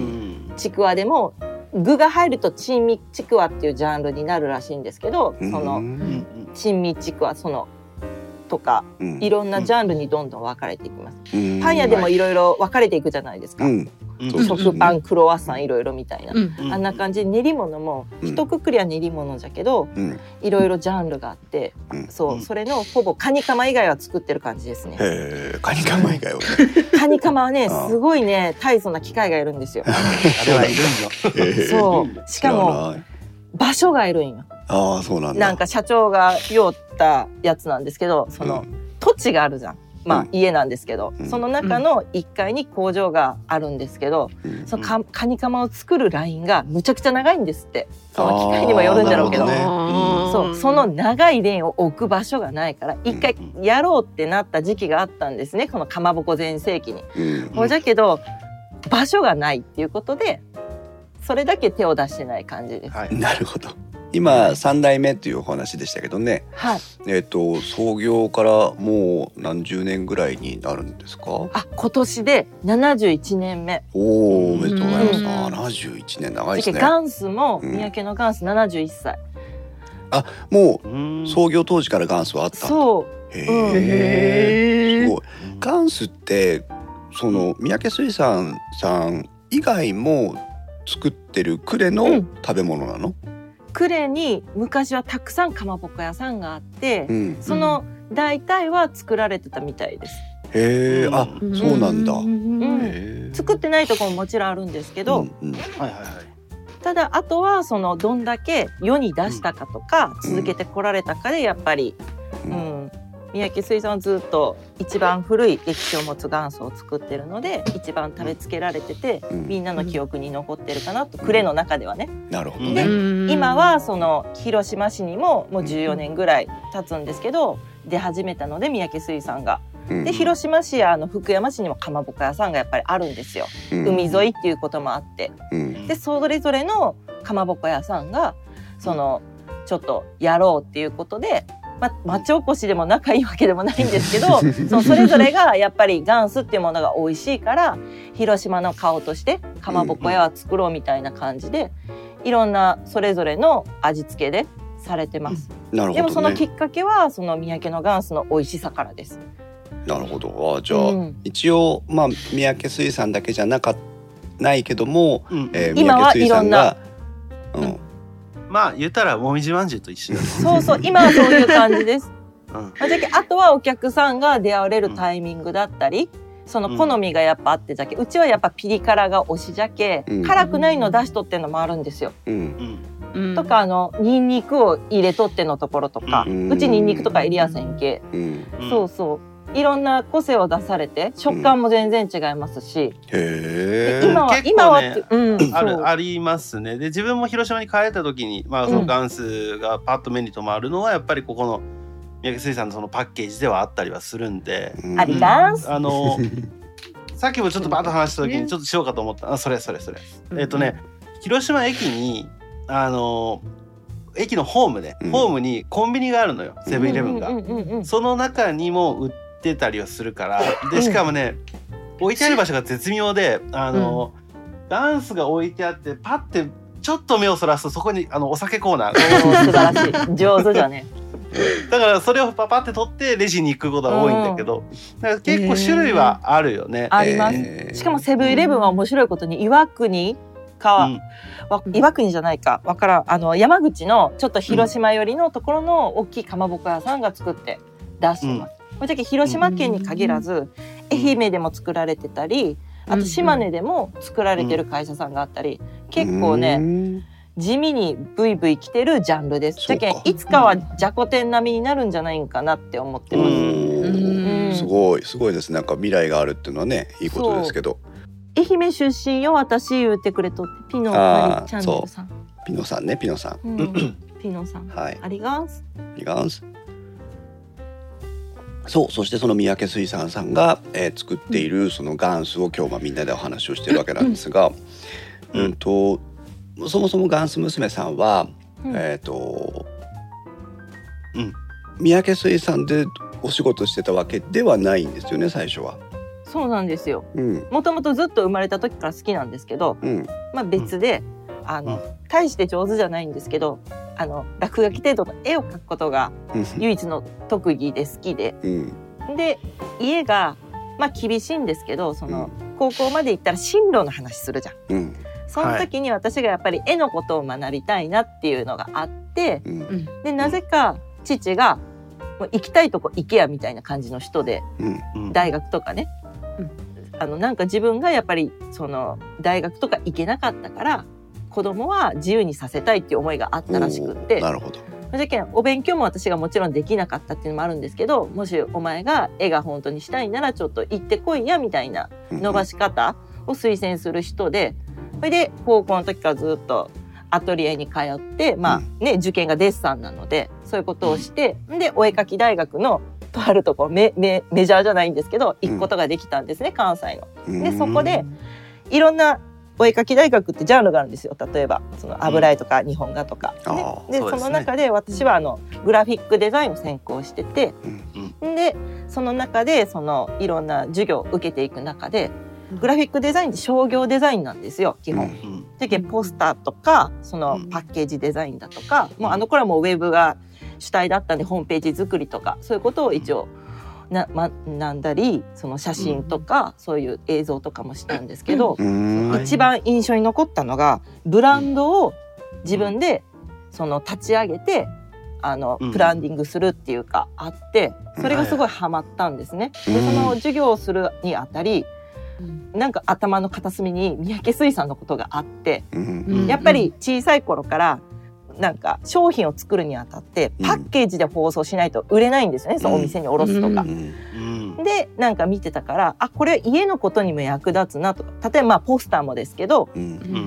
ちくわでも具が入ると珍味ちくわっていうジャンルになるらしいんですけど、うん、その珍味ちくわそのとか、うん、いろんなジャンルにどんどん分かれていきます、うん、パン屋でもいろいろ分かれていくじゃないですか、うん食パンクロワッサンいろいろみたいな、うん、あんな感じで練り物も一括りは練り物じゃけど、うん、いろいろジャンルがあって、うん、そうそれのほぼカニカマ以外は作ってる感じですね。 へーカニカマ以外はねカニカマはねすごいね大層な機械がいるんですよ。 あれはいるんよそうしかも場所がいるんよ。 ああそうなんだ。 なんか社長が用ったやつなんですけどその、うん、土地があるじゃん。まあ、うん、家なんですけど、うん、その中のいっかいに工場があるんですけど、うん、その か, カニカマを作るラインがむちゃくちゃ長いんですって。その機械にもよるんじゃろうけど、ね、そうその長いレーンを置く場所がないから一回やろうってなった時期があったんですねこのかまぼこ全盛期に、うん、ほうじゃけど場所がないっていうことでそれだけ手を出してない感じです、 はい、なるほど今さん代目というお話でしたけどね、 はい、 えーと、創業からもう何十年ぐらいになるんですか？ あ、今年でななじゅういちねんめ。 おー、おめでとうございます。ななじゅういちねん長いですね。 元祖も、三宅の元祖ななじゅういっさい。 あ、もう創業当時から元祖はあったんだ。 そう。 へー、すごい。元祖ってその三宅水産さん以外も作ってる呉の食べ物なの？ 呉に昔はたくさんかまぼこ屋さんがあって、うん、その大体は作られてたみたいです。 へえ、あ、そうなんだ。 うん、作ってないところももちろんあるんですけど、うんうん、ただあとはそのどんだけ世に出したかとか、うん、続けてこられたかでやっぱり、うんうん、三宅水産はずっと一番古い歴史を持つ元祖を作ってるので一番食べつけられてて、うん、みんなの記憶に残ってるかなと、呉の中ではね。 なるほどね。 で今はその広島市にももうじゅうよねんぐらい経つんですけど出始めたので三宅水産が。で広島市やあの福山市にもかまぼこ屋さんがやっぱりあるんですよ、うん、海沿いっていうこともあって、うん、でそれぞれのかまぼこ屋さんがそのちょっとやろうっていうことで、ま、町おこしでも仲いいわけでもないんですけどそのそれぞれがやっぱり元祖っていうものが美味しいから広島の顔としてかまぼこ屋は作ろうみたいな感じでいろんなそれぞれの味付けでされてます、 うん、なるほどね。 でもそのきっかけはその三宅の元祖の美味しさからです。 なるほど。あ、じゃあ、うん、一応まあ三宅水産だけじゃなかないけども、うん、えー、三宅水産が、 うん、まあ言ったらもみじまんじゅうと一緒だ。 そうそう、今はそういう感じです。うん、あ, じゃけあとはお客さんが出会われるタイミングだったり、その好みがやっぱあってじゃけ、うちはやっぱピリ辛が推しじゃけ、うん、辛くないの出しとってのもあるんですよ。うんうん、とかあのニンニクを入れとってのところとか、うん、うちニンニクとか入れやせんけ、うん、そうそう。いろんな個性を出されて食感も全然違いますし、 うん、へー、 今は、ね、今は、うん、あるありますね。で自分も広島に帰った時に、まあ、その元祖がパッと目に留まるのはやっぱりここの三宅水産のそのパッケージではあったりはするんで、 うん、あります。 あのさっきもちょっとバーッと話した時にちょっとしようかと思ったあそれそれそれ、うん、えっとね広島駅にあの駅のホームで、うん、ホームにコンビニがあるのよ、セブンイレブンが。その中にも売ってたりはするから、でしかもね置いてある場所が絶妙で、あの、うん、ダンスが置いてあってパッてちょっと目をそらすとそこにあのお酒コーナー素晴らしい上手じゃね。 だからそれをパパって取ってレジに行くことが多いんだけど、だから結構種類はあるよね。 あります。しかもセブンイレブンは面白いことに岩国か、うん、岩国じゃないかわからん、あの山口のちょっと広島寄りのところの大きいかまぼこ屋さんが作って出してます。うん、これだけ広島県に限らず、うん、愛媛でも作られてたり、あと島根でも作られてる会社さんがあったり、結構ね、うん、地味にブイブイ来てるジャンルです。だけんいつかはじゃこ天並みになるんじゃないんかなって思ってます。うんうん、すごいすごいです。なんか未来があるっていうのはねいいことですけど。 愛媛出身よ私言ってくれとってピノマリチャンネルさん。 ピノさんね、ピノさん。うん、 ピノさん。 はい。 ありがんす。 ありがんす。そう、そしてその三宅水産さんが、えー、作っているその元祖を今日はみんなでお話をしているわけなんですが、うん、うんとそもそも元祖娘さんは、うん、えっ、ー、と、うん、三宅水産でお仕事してたわけではないんですよね、最初は。 そうなんですよ。もともとずっと生まれた時から好きなんですけど、うん、まあ別で、うん、あの、うん、大して上手じゃないんですけど、あの落書き程度の絵を描くことが唯一の特技で好きで、うん、で家がまあ厳しいんですけど、その、うん、高校まで行ったら進路の話するじゃん。うん、その時に私がやっぱり絵のことを学びたいなっていうのがあって、うん、でなぜか父がもう行きたいとこ行けやみたいな感じの人で、うん、大学とかね、うん、あのなんか自分がやっぱりその大学とか行けなかったから子供は自由にさせたいっていう思いがあったらしくって、 なるほど。 じゃけんお勉強も私がもちろんできなかったっていうのもあるんですけど、もしお前が絵が本当にしたいならちょっと行ってこいやみたいな伸ばし方を推薦する人で、それで高校の時からずっとアトリエに通って、まあね、受験がデッサンなのでそういうことをして、でお絵描き大学のとあるところ メ, メ, メジャーじゃないんですけど行くことができたんですね、関西の。でそこでいろんなお絵描き大学ってジャンルがあるんですよ。例えばその油絵とか日本画とか、うん、で, で そ, その中で私はあのグラフィックデザインを専攻してて、うん、でその中でそのいろんな授業を受けていく中でグラフィックデザインって商業デザインなんですよ基本、うん、でポスターとかそのパッケージデザインだとか、うん、もうあの頃はもうウェブが主体だったんでホームページ作りとかそういうことを一応な学んだりその写真とかそういう映像とかもしたんですけど、うん、一番印象に残ったのがブランドを自分でその立ち上げてあのプランディングするっていうかあってそれがすごいハマったんですね。でその授業をするにあたりなんか頭の片隅に三宅水産のことがあってやっぱり小さい頃からなんか商品を作るにあたってパッケージで包装しないと売れないんですよね、うん、そのお店に卸すとか、うん、でなんか見てたからあこれ家のことにも役立つなとか例えばまあポスターもですけど、うん、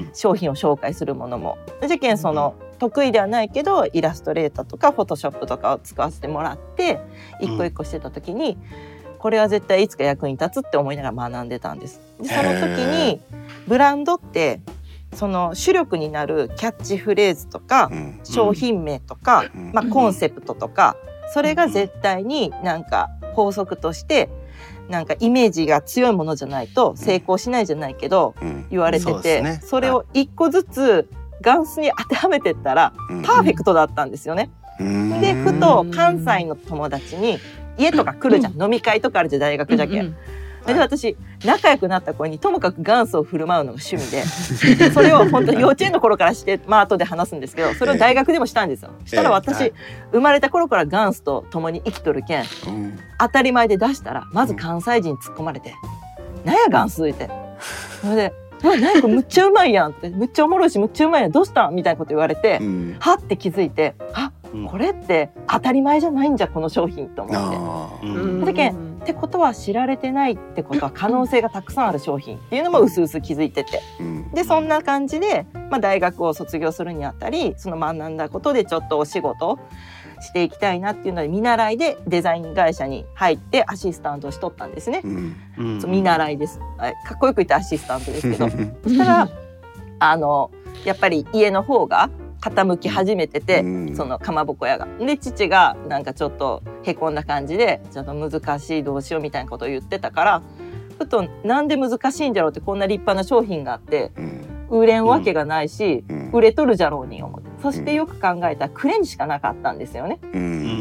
商品を紹介するものもじゃけんその、うん、得意ではないけどイラストレーターとかフォトショップとかを使わせてもらって一個一個してた時に、うん、これは絶対いつか役に立つって思いながら学んでたんです。でその時にブランドってその主力になるキャッチフレーズとか、うん、商品名とか、うんまあ、コンセプトとか、うん、それが絶対になんか法則としてなんかイメージが強いものじゃないと成功しないじゃないけど、うん、言われてて、うん そ, うですね、それを一個ずつガンスに当てはめてったらパーフェクトだったんですよね、うん、でふと関西の友達に家とか来るじゃん、うん、飲み会とかあるじゃん大学じゃけ、うんうんで私仲良くなった子にともかく元祖を振る舞うのが趣味でそれを本当に幼稚園の頃からして、まあ後で話すんですけどそれを大学でもしたんですよ。したら私生まれた頃から元祖と共に生きとるけん当たり前で出したらまず関西人に突っ込まれて「なんや元祖」ってそれで「うわ何これむっちゃうまいやん」って「むっちゃおもろいしむっちゃうまいやんどうしたん?」みたいなこと言われてはって気づいて「あこれって当たり前じゃないんじゃこの商品」と思って。うんだけんってことは知られてないってことは可能性がたくさんある商品っていうのもうすうす気づいてて、うん、でそんな感じで、まあ、大学を卒業するにあたりその学んだことでちょっとお仕事していきたいなっていうので見習いでデザイン会社に入ってアシスタントをしとったんですね、うんうん、そう見習いです、はい、かっこよく言ってアシスタントですけどそしたらあのやっぱり家の方が傾き始めてて、うん、そのかまぼこ屋がで父がなんかちょっとへこんだ感じでちょっと難しいどうしようみたいなことを言ってたからふとなんで難しいんじゃろうってこんな立派な商品があって、うん、売れんわけがないし、うん、売れとるじゃろうに思ってそしてよく考えたらクレにしかなかったんですよね、うん、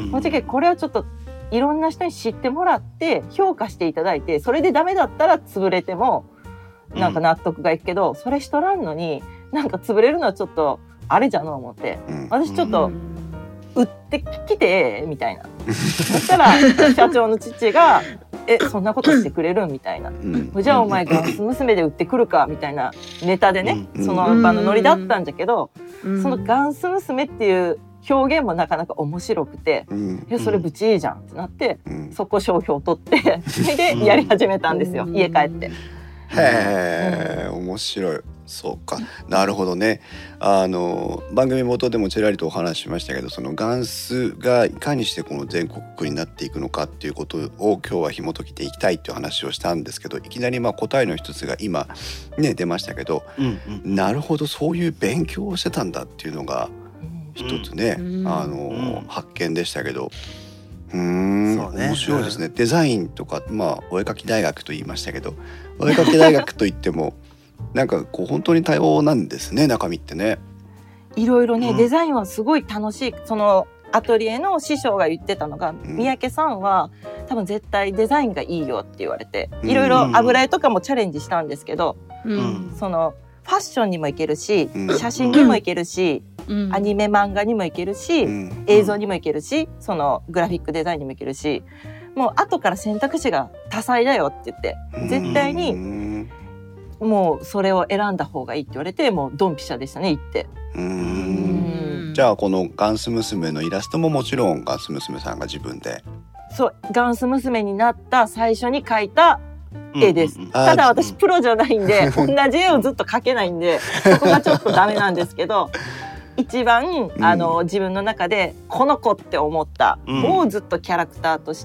その時これはちょっといろんな人に知ってもらって評価していただいてそれでダメだったら潰れてもなんか納得がいくけど、うん、それしとらんのになんか潰れるのはちょっとあれじゃの思って、うん、私ちょっと売ってきてみたいなそしたら社長の父がえそんなことしてくれるみたいな、うん、じゃあお前ガンス娘で売ってくるかみたいなネタでね、うん、その場のノリだったんだけど、うん、そのガンス娘っていう表現もなかなか面白くて、うん、いやそれぶちいいじゃんってなって、うん、そこ商標を取ってそれでやり始めたんですよ、うん、家帰って。 へー、うん、面白い。そうか、なるほどね。あの番組冒頭でもちらりとお話ししましたけどそのガンスがいかにしてこの全国区になっていくのかっていうことを今日は紐解いていきたいっていう話をしたんですけどいきなりまあ答えの一つが今ね出ましたけど、うんうん、なるほどそういう勉強をしてたんだっていうのが一つね、うん、あの、うん、発見でしたけどうーんそう、ね、面白いですね。デザインとか、まあ、お絵描き大学と言いましたけどお絵描き大学といってもなんかこう本当に多様なんですね中身ってね。 いろいろね、うん、デザインはすごい楽しい。そのアトリエの師匠が言ってたのが、うん、三宅さんは多分絶対デザインがいいよって言われていろいろ油絵とかもチャレンジしたんですけど、うん、そのファッションにもいけるし、うん、写真にもいけるし、うん、アニメ漫画にもいけるし、うん、映像にもいけるしそのグラフィックデザインにもいけるしもう後から選択肢が多彩だよって言って絶対に、うんもうそれを選んだ方がいいって言われてもうドンピシャでしたね行って。うーんじゃあこのガンス娘のイラストももちろんガンス娘さんが自分でそうガンス娘になった最初に描いた絵です、うんうん、ただ私プロじゃないんで同じ絵をずっと描けないんでそこがちょっとダメなんですけど一番あの、うん、自分の中でこの子って思った、うん、をずっとキャラクターとして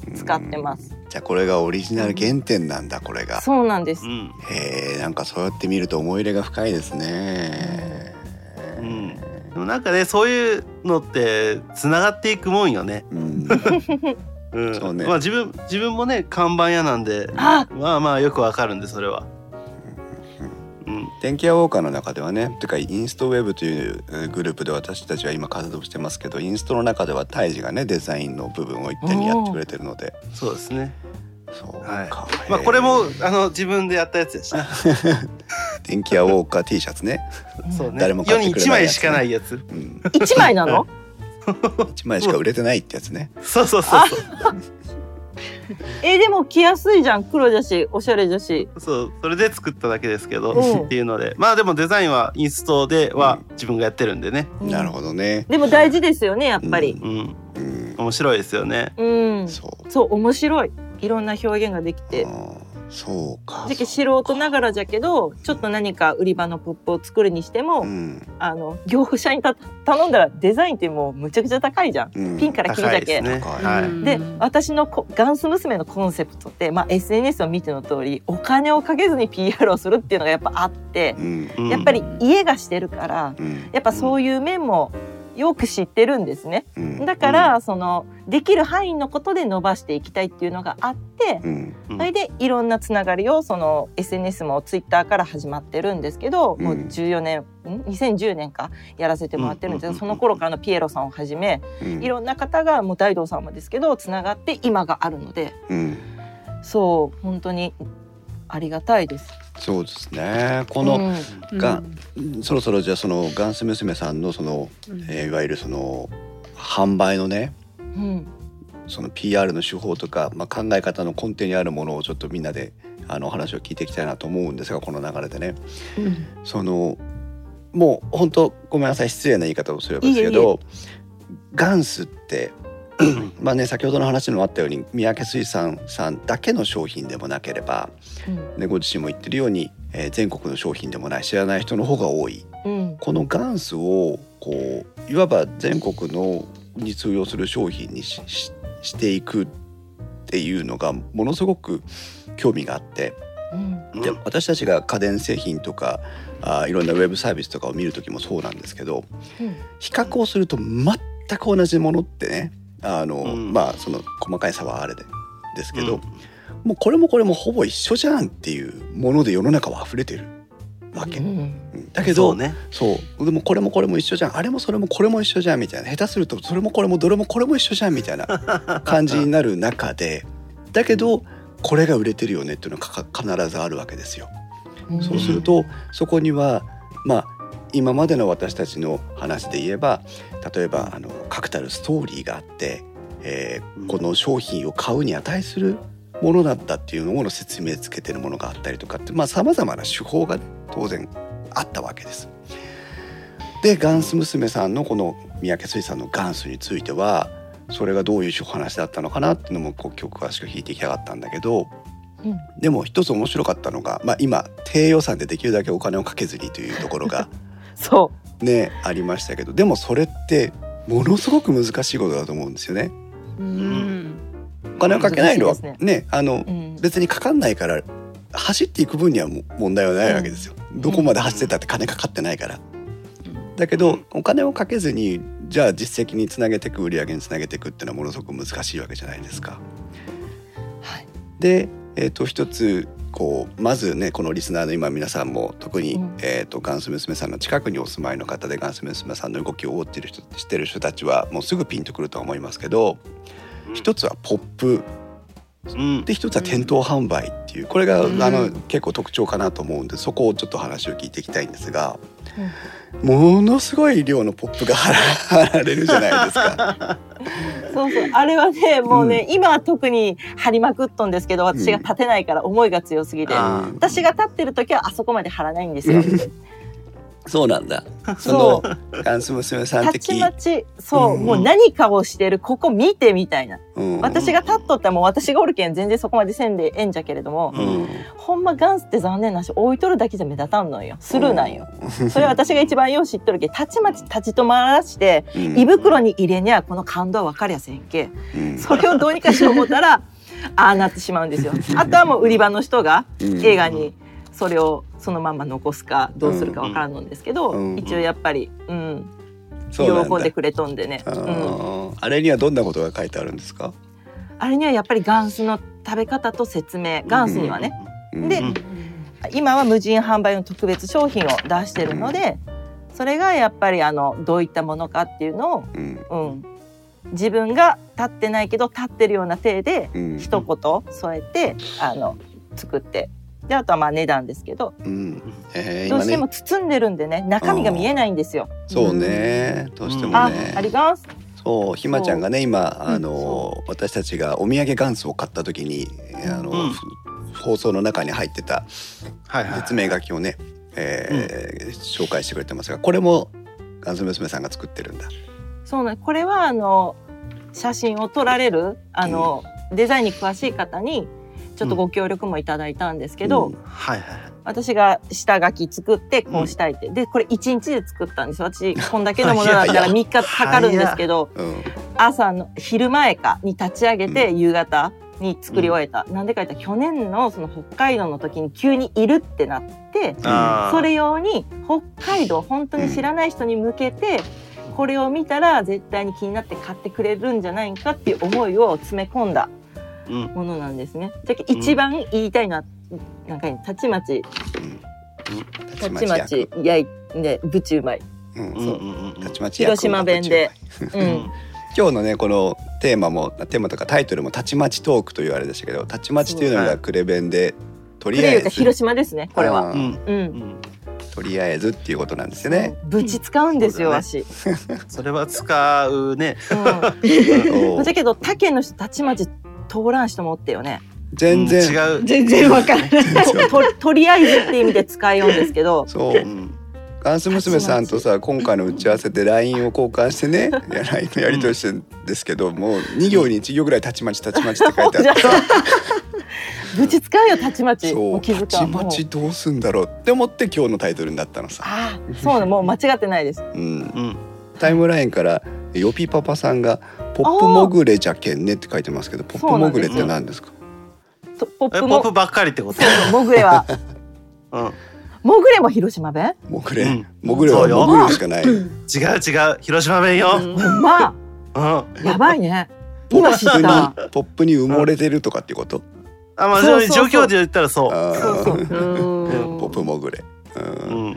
使ってます。 じゃあこれがオリジナル原点なんだ、これが。 そうなんです。 へえ、なんかそうやって見ると思い入れが深いですね。 うん、でもなんかね、そういうのってつながっていくもんよね。うんうん、そうね。まあ自分自分もね看板屋なんで、あまあまあよくわかるんでそれは。 うん、電気屋ウォーカーの中ではね、てかインストウェブというグループで私たちは今活動してますけど、インストの中ではタイジがねデザインの部分を一手にやってくれてるので。 そうですね。 そうか、 はい、まあこれもあの自分でやったやつでした。 電気屋ウォーカー T シャツね。 そうね。誰も買ってくれないやつ、ね、世にいちまいしかないやつ。うん、 いちまいなの？ いちまいしか売れてないってやつね。 そうそうそうそう。 えでも着やすいじゃん、黒だしおしゃれだし。 そうそれで作っただけですけど、うん、っていうので、まあでもデザインはインストでは自分がやってるんでね、 うん、なるほどね。 でも大事ですよねやっぱり、うんうんうん、面白いですよね。 うん、そうそう面白い、いろんな表現ができて。 そうか。 じゃけ素人ながらじゃけど、ちょっと何か売り場のポップを作るにしても、うん、あの業者にた頼んだらデザインってもうむちゃくちゃ高いじゃん、うん、ピンからキリじゃけ。で、ねはい、で私のガンス娘のコンセプトって、まあ、エスエヌエス を見ての通りお金をかけずに ピーアール をするっていうのがやっぱあって、うん、やっぱり家がしてるから、うん、やっぱそういう面もよく知ってるんですね、うん、だから、うん、そのできる範囲のことで伸ばしていきたいっていうのがあって、うん、それでいろんなつながりをその エスエヌエス もツイッターから始まってるんですけど、うん、もうじゅうよねんにせんじゅうねんかやらせてもらってるんですけど、うん、その頃からのピエロさんをはじめ、うん、いろんな方がもう大道さんもですけどつながって今があるので、うん、そう本当にありがたいです。 そうですね。この、うん、が、うん、そろそろじゃあそのガンス娘さんのその、うんえー、いわゆるその販売のね、うん、その ピーアール の手法とか、まあ、考え方の根底にあるものをちょっとみんなであの話を聞いていきたいなと思うんですが、この流れでね、うん、そのもう本当ごめんなさい失礼な言い方をすればですけど、いえいえガンスってまあね、先ほどの話にもあったように三宅水産さんだけの商品でもなければ、うんね、ご自身も言ってるように、えー、全国の商品でもない知らない人の方が多い、うん、このガンスをこういわば全国のに通用する商品に し, し, していくっていうのがものすごく興味があって、うん、で私たちが家電製品とかあいろんなウェブサービスとかを見る時もそうなんですけど、うん、比較をすると全く同じものってねあの、うん、まあその細かい差はあれでですけど、うん、もうこれもこれもほぼ一緒じゃんっていうもので世の中は溢れてるわけ、うん、だけどそう、ね、そうでもこれもこれも一緒じゃん、あれもそれもこれも一緒じゃんみたいな、下手するとそれもこれもどれもこれも一緒じゃんみたいな感じになる中でだけどこれが売れてるよねっていうのが必ずあるわけですよ、うん、そうするとそこにはまあ今までの私たちの話で言えば例えばあの確たるストーリーがあって、えー、この商品を買うに値するものだったっていうのを説明つけてるものがあったりとかってさまざ、まな手法が当然あったわけです。でガンス娘さんのこの三宅水産のガンスについてはそれがどういう話だったのかなっていうのもこう今日詳しく聞いていきたかったんだけど、うん、でも一つ面白かったのが、まあ、今低予算でできるだけお金をかけずにというところがそうねありましたけど、でもそれってものすごく難しいことだと思うんですよね。うん、お金をかけないのは ね, ねあの、うん、別にかかんないから走っていく分にはも問題はないわけですよ、うん、どこまで走ってたって金かかってないから、うん、だけどお金をかけずにじゃあ実績につなげていく売り上げにつなげていくっていうのはものすごく難しいわけじゃないですか、はい、で、えー、と一つこうまずねこのリスナーの今皆さんも特に、うんえー、とガンス娘さんの近くにお住まいの方でガンス娘さんの動きを追っている人してる人たちはもうすぐピンとくると思いますけど、うん、一つはポップ、うん、で一つは店頭販売っていうこれが、うん、あの結構特徴かなと思うんでそこをちょっと話を聞いていきたいんですが、うん、ものすごい量のポップが貼られるじゃないですかそうそうあれはねもうね、うん、今は特に貼りまくっとんですけど私が立てないから思いが強すぎて、うん、私が立ってる時はあそこまで貼らないんですよそうなんだ。そのガンス娘さん的たちまちそう、うん、もう何かをしてるここ見てみたいな、うん、私が立っとったらもう私がおるけん全然そこまでせんでええんじゃけれども、うん、ほんまガンスって残念なし置いとるだけじゃ目立たんのよ、スルーなんよ、うん、それは私が一番よう知っとるけたちまち立ち止まらして、うん、胃袋に入れにゃこの感動は分かりやせんけ、うん、それをどうにかしよう思ったらああなってしまうんですよ。あとはもう売り場の人が映画にそれをそのまま残すかどうするかわからんのですけど、うんうん、一応やっぱり、うん、喜んでくれとんでね。あ、うん、 あれにはどんなことが書いてあるんですか？ あれにはやっぱりガンスの食べ方と説明、ガンスにはね、うん、で、うん、今は無人販売の特別商品を出してるので、うん、それがやっぱりあのどういったものかっていうのを、うんうん、自分が立ってないけど立ってるような体で一言添えてあの作ってであとはまあ値段ですけど、うんえー、どうしても包んでるんでね中身が見えないんですよ。 そうね、どうしてもね。 あ、あります。 そうひまちゃんがね今あの、うん、私たちがお土産ガンスを買った時にあの、うん、放送の中に入ってた説明書きをね、えーうん、紹介してくれてますがこれもガンス娘さんが作ってるんだ。 そうね、これはあの写真を撮られるあの、うん、デザインに詳しい方にちょっとご協力もいただいたんですけど、うんはいはい、私が下書き作ってこうしたいって、うん、でこれいちにちで作ったんです。私こんだけのものだったらみっかかかるんですけど、うん、朝の昼前かに立ち上げて夕方に作り終えた、うん、なんでか言ったら去年のその北海道の時に急にいるってなって、うん、それ用に北海道本当に知らない人に向けて、うん、これを見たら絶対に気になって買ってくれるんじゃないかっていう思いを詰め込んだものなんですね。じゃあ一番言いたいのは、うん、なんかたちまち、たちまち焼いてぶちうまい。広島弁で。うん、 今日のねこのテーマもテーマとかタイトルもたちまちトークと言われでしたけど、たちまちというのがクレ弁でとりあえず広島ですねこれは。うんうん、 とりあえずっていうことなんですよね。 ぶち使うんですよ、わし。 それは使うね。 うん、だけど他県の人たちまち通らん人もおってよね。 全然、 うん、違う。 全然わからない。と, とりあえずって意味で使いようんですけど。 そう。うん、ガンス娘さんとさ今回の打ち合わせで ライン を交換してねいや ライン のやり取りしてるんですけど、もうに行にいち行ぐらいたちまちたちまちって書いてあってぶち使うよたちまち。 そうたちまちどうすんだろうって思って今日のタイトルになったのさ。 ああそうね、もう間違ってないです。うん、うん、 タイムラインからよぴパパさんがポップもぐれじゃけんねって書いてますけど、ポップもぐれって何ですか？ ポップポップばっかりってこと？ もぐれは、うん、もぐれも広島弁？ もぐれ、うん、もぐれはもぐれしかない。違う違う広島弁よ。 うん、まあ、うん、やばいね。今知った。 ポップに埋もれてるとかっていうこと？ あ、まあ状況で言ったらそう。 そうそう。 ポップもぐれ。うん、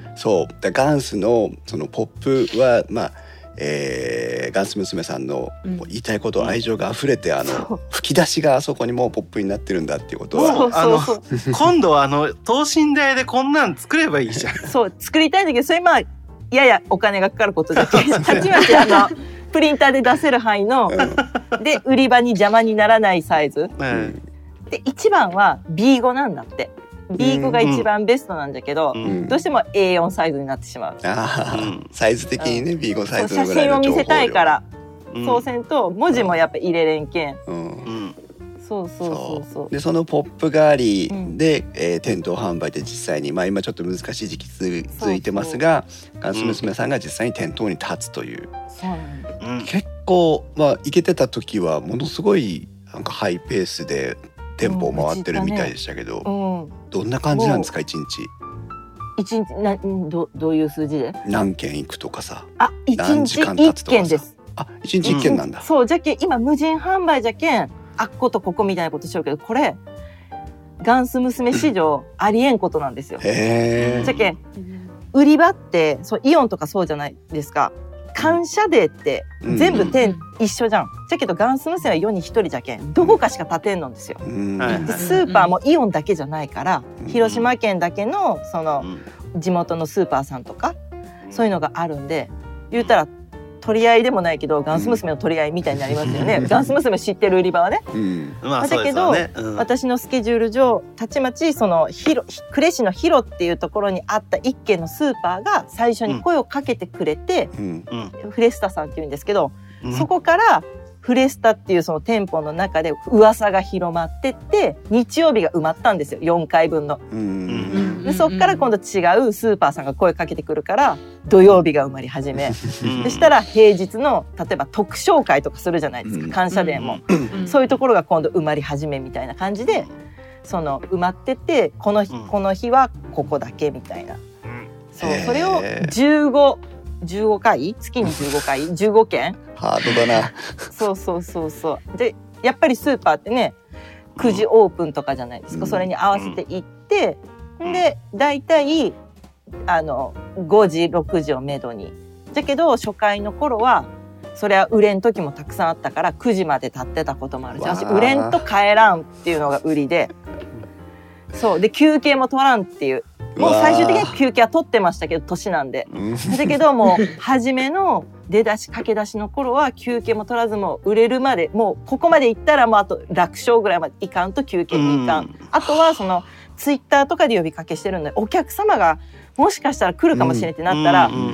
そうだガンスのそのポップはまあ。えー、ガンス娘さんの言いたいこと、うん、愛情が溢れてあの吹き出しがあそこにもうポップになってるんだっていうことは、 そうそうそうあの今度はあの等身大でこんなん作ればいいじゃん。 そう作りたいんだけどそれまあややお金がかかることだけたちまちあのプリンターで出せる範囲の、うん、で売り場に邪魔にならないサイズ、うん、で一番は ビーご なんだって。ビーご が一番ベストなんだけど、うん、どうしても エーよん サイズになってしまう。 あ、うん、サイズ的にね、うん、ビーご サイズのぐらいの情報量。写真を見せたいから、うん、そうせんと文字もやっぱ入れれんけん、うん、そうそうそうそう。 でそのポップがありで、うんえー、店頭販売で実際に、まあ、今ちょっと難しい時期続いてますがガンス娘さんが実際に店頭に立つという、そうなんです、うん、結構まあ行けてた時はものすごいなんかハイペースで店舗を回ってるみたいでしたけど、うんねうん、どんな感じなんですか一日？ 一日な ど, どういう数字で何件行くとかさ？ あ、一日一件です。 あ、一日一件なんだ。 うん、そうじゃけ今無人販売じゃけんあっことここみたいなことしようけど、これガンス娘史上ありえんことなんですよ。へー。じゃけん売り場ってそうイオンとかそうじゃないですか。感謝デーって全部店一緒じゃん、うん、じゃけどガンス娘は世に一人じゃけんどこかしか立てんのんですよ、うん、でスーパーもイオンだけじゃないから、うん、広島県だけのその地元のスーパーさんとか、うん、そういうのがあるんで言ったら取り合いでもないけどガンス娘の取り合いみたいになりますよね、うん、ガンス娘知ってる売り場はね、うんまあ、だけど、ねうん、私のスケジュール上たちまちそのヒロ呉市のヒロっていうところにあった一軒のスーパーが最初に声をかけてくれて、うん、フレスタさんっていうんですけど、うん、そこからフレスタっていうその店舗の中で噂が広まってって日曜日が埋まったんですよよんかいぶんの、うん、でそっから今度違うスーパーさんが声かけてくるから土曜日が埋まり始め、うん、そしたら平日の例えば特商会とかするじゃないですか、うん、感謝デーも、うん、そういうところが今度埋まり始めみたいな感じでその埋まってってこの日、うん、この日はここだけみたいな、そうそれをじゅうご じゅうごかい月にじゅうごかいじゅうごけんハードだなそうそうそうそうでやっぱりスーパーってねくじオープンとかじゃないですか、うん、それに合わせて行って、うん、でだいたいあのごじろくじをめどにだけど初回の頃はそれは売れん時もたくさんあったからくじまで経ってたこともあるし私売れんと帰らんっていうのが売りでそうで休憩も取らんっていうもう最終的に休憩は取ってましたけど年なんでだけどもう初めの出だし駆け出しの頃は休憩も取らずも売れるまでもうここまで行ったらもうあと楽勝ぐらいまでいかんと休憩にいかん、うん、あとはそのツイッターとかで呼びかけしてるんでお客様がもしかしたら来るかもしれないってなったら、うんうんうん、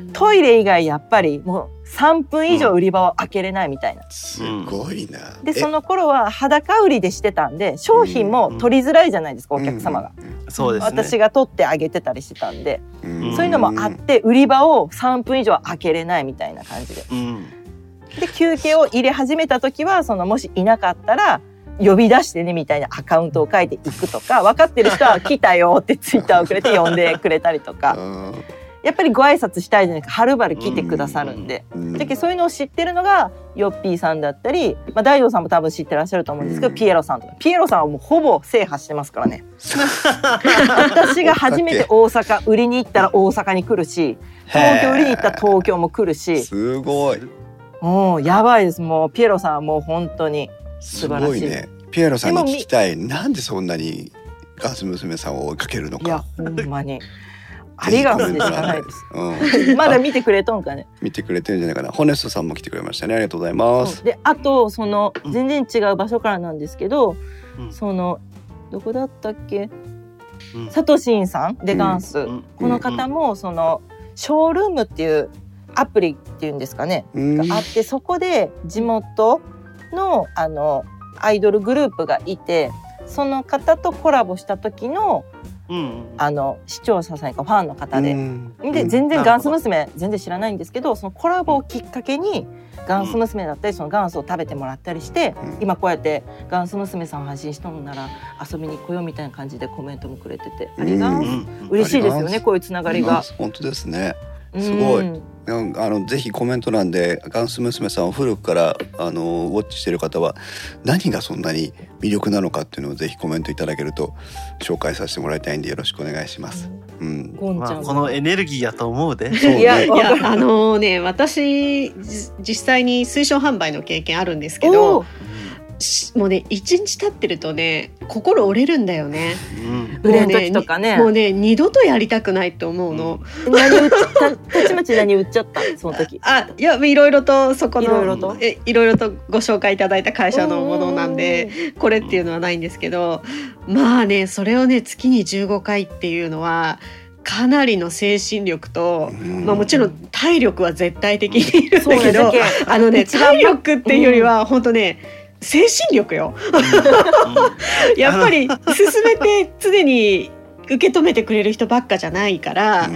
トイレ以外やっぱりもうさんぷん以上売り場を開けれないみたいな、うん、 すごいなでその頃は裸売りでしてたんで商品も取りづらいじゃないですか、うん、お客様が、うんうん、 そうですね、 私が取ってあげてたりしてたんで、うん、そういうのもあって売り場をさんぷん以上開けれないみたいな感じで、うん、で休憩を入れ始めた時はそのもしいなかったら呼び出してねみたいなアカウントを書いていくとか分かってる人は来たよってツイッターをくれて呼んでくれたりとかやっぱりご挨拶したいじゃないですかはるばる来てくださるんで、うん、だけどそういうのを知ってるのがヨッピーさんだったり、まあ、大道さんも多分知ってらっしゃると思うんですけど、うん、ピエロさんとかピエロさんはもうほぼ制覇してますからね私が初めて大阪売りに行ったら大阪に来るし東京売りに行ったら東京も来るしすごいもうやばいですもうピエロさんはもう本当に素晴らしい。すごいね。 ピエロさんに聞きたい。なんでそんなにガス娘さんを追いかけるのか。 いやほんまにありがとうでしかないです、うん、まだ見てくれとんかね。 見てくれてるんじゃないかな。ホネストさんも来てくれましたね。ありがとうございます。 であとその全然違う場所からなんですけど、うん、そのどこだったっけ、うん、サトシンさんでガンス、うん、この方もそのショールームっていうアプリっていうんですかね、うん、があってそこで地元のあのアイドルグループがいてその方とコラボした時の、うん、あの視聴者さんかファンの方で、うん、で全然ガンス娘全然知らないんですけどそのコラボをきっかけにガンス娘だったりそのガンスを食べてもらったりして、うん、今こうやってガンス娘さん配信しとるなら遊びに来ようみたいな感じでコメントもくれててありがとう、うん、嬉しいですよねこういうつながりが。 本当ですねすごい、うんあのぜひコメント欄でガンス娘さんを古くからあのウォッチしている方は何がそんなに魅力なのかっていうのをぜひコメントいただけると紹介させてもらいたいんでよろしくお願いします、うんうんまあ、このエネルギーやと思うでそう、ね、いやいやあのね私実際に推奨販売の経験あるんですけどもうね一日経ってるとね心折れるんだよね、 うん、売れん時とかねもうね二度とやりたくないと思うの、 うん、何売ったたちまち何売っちゃったその時あいやいろいろとそこのいろいろとえいろいろとご紹介いただいた会社のものなんでこれっていうのはないんですけどまあねそれをね月にじゅうごかいっていうのはかなりの精神力と、まあ、もちろん体力は絶対的にいるんだけど、うん、あのね体力っていうよりは本当ね精神力よやっぱり進めて常に受け止めてくれる人ばっかじゃないから、うん、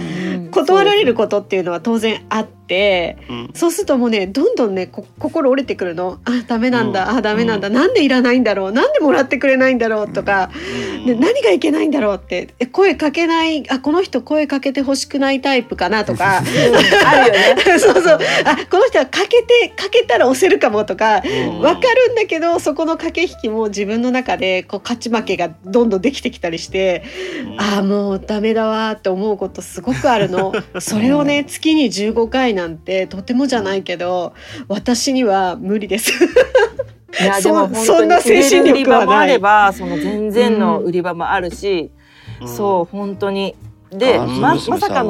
断られることっていうのは当然あって、うん、そうするともうねどんどんねこ心折れてくるのあダメなんだ、うん、あダメなんだ、うん、なんでいらないんだろうなんでもらってくれないんだろうとか、うん、で何がいけないんだろうって声かけないあこの人声かけてほしくないタイプかなとか、うん、あるよねそうそうあこの人はかけてかけたら押せるかもとか、うん、分かるんだけどそこの駆け引きも自分の中でこう勝ち負けがどんどんできてきたりして、うんああもうダメだわって思うことすごくあるのそれをね月にじゅうごかいなんてとてもじゃないけど私には無理ですいやでも本当に売れる売り場もあればその全然の売り場もあるし、うん、そう本当にで、ま、まさかの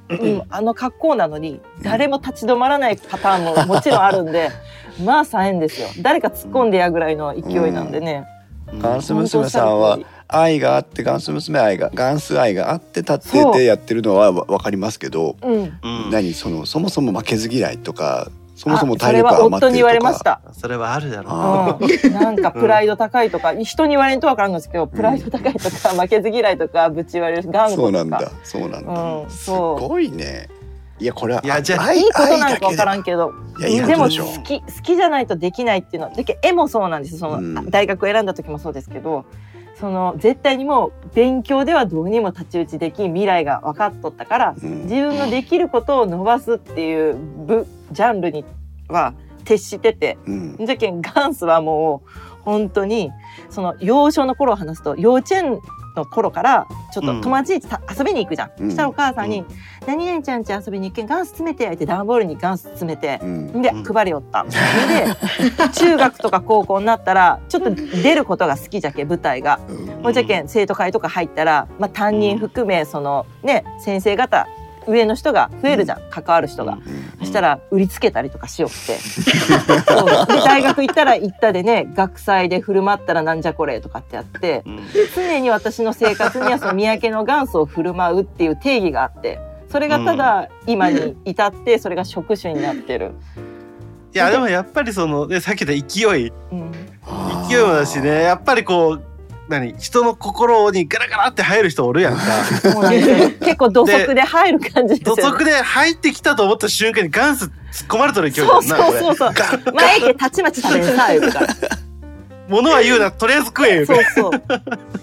うん、あの格好なのに誰も立ち止まらないパターンももちろんあるんでまあさえんですよ。誰か突っ込んでやぐらいの勢いなんでね、 うん、ガンス娘さんは愛があってガンス娘愛がガンス愛があって立っててやってるのは分かりますけど、うん、何そのそもそも負けず嫌いとかそもそも体力が余ってるとか、それは夫に言われました。 それはあるだろう、 うん、なんかプライド高いとか、うん、人に言われんと分かるんですけど、プライド高いとか、うん、負けず嫌いとかぶち言われる頑固とか。 そうなんだそうなんだ、うん、すごいね。いやこれはいやじゃあいいことなんか分からんけど、いやいいでも好き好きじゃないとできないっていうのだけ絵もそうなんです。その、うん、大学を選んだ時もそうですけど、その絶対にもう勉強ではどうにも太刀打ちできん未来が分かっとったから、うん、自分のできることを伸ばすっていう部ジャンルには徹してて、うん、じゃけんガンスはもう本当にその幼少の頃を話すと、幼稚園の頃からちょっと友達に遊びに行くじゃん、うん、そしたらお母さんに、うん、何々ちゃんち遊びに行けんガンス詰めてって段ボールにガンス詰めて、うん、で配りおった、うん、で中学とか高校になったらちょっと出ることが好きじゃけ舞台が、うん、もうじゃけん生徒会とか入ったら、まあ、担任含めそのね先生方上の人が増えるじゃん、うん、関わる人が、うん、そしたら売りつけたりとかしよってそうで大学行ったら行ったでね学祭で振る舞ったらなんじゃこれとかってやって、うん、常に私の生活にはその三宅の元祖を振る舞うっていう定義があって、それがただ今に至ってそれが職種になってる。 いやでもやっぱりその、ね、さっき言った勢い、うん、勢いもだしね、やっぱりこう何人の心にガラガラって入る人おるやんか。 そうなんですよ。結構土足で入る感じですよね。 土足で入ってきたと思った瞬間にガンス突っ込まれとる勢いだな。 そうそうそうそう。前駅たちまち食べんさ言うから。 物は言うな、とりあえず食えよ。 そうそう。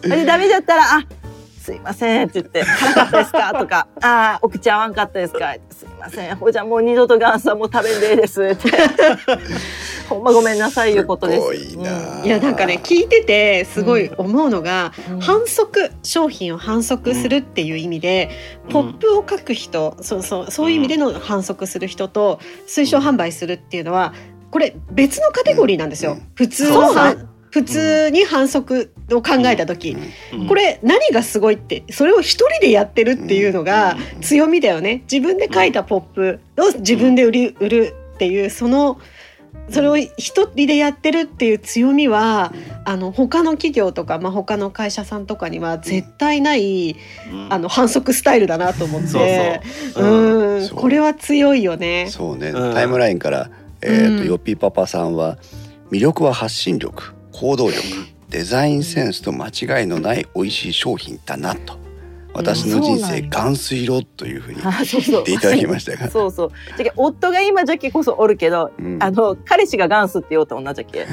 でダメだったらあすいませんって言って辛かったですかとか、あお口合わんかったですかすいませんほじゃもう二度とガンスはもう食べんでいいですってほんまごめんなさいいうことです。 すごいな、 うん、いやなんかね聞いててすごい思うのが、うん、反則商品を反則するっていう意味で、うん、ポップを書く人、そうそうそういう意味での反則する人と推奨販売するっていうのはこれ別のカテゴリーなんですよ、うん、普通の普通に反則を考えた時、うん、これ何がすごいってそれを一人でやってるっていうのが強みだよね。自分で書いたポップを自分で売り売るっていうそのそれを一人でやってるっていう強みはあの他の企業とか、まあ、他の会社さんとかには絶対ない、うん、あの反則スタイルだなと思ってこれは強いよね。 そうね、タイムラインから、えーとうん、ヨッピーパパさんは魅力は発信力行動力デザインセンスと間違いのない美味しい商品だなと、私の人生ガンス色というふうに言っていただきましたが、 そうそうじゃけ夫が今じゃけこそおるけど、うん、あの彼氏がガンスって言おうと同じじゃけ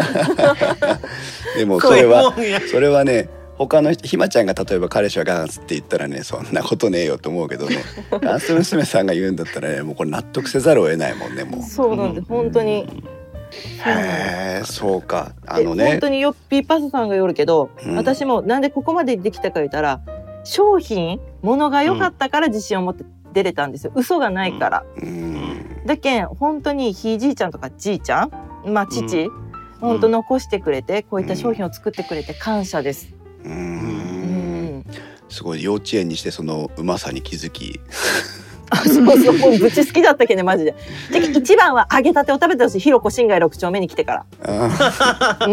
でもそれはそれはね他の人ひまちゃんが例えば彼氏はガンスって言ったらねそんなことねえよと思うけどねガンス娘さんが言うんだったらねもうこれ納得せざるを得ないもんね。もうそうなんで、うん、本当にへーそうかあのね本当にヨッピーパスさんが言るけど、うん、私もなんでここまでできたか言ったら商品物が良かったから自信を持って出れたんですよ、嘘がないから、うん、だけん本当にひいじいちゃんとかじいちゃんまあ父、うん、本当残してくれてこういった商品を作ってくれて感謝です。うん、うん、 すごい幼稚園にしてそのうまさに気づきあそうそうもうぶち好きだったけねマジで。で一番は揚げたてを食べてほしい。ひろこ新街ろく丁目に来てからうん、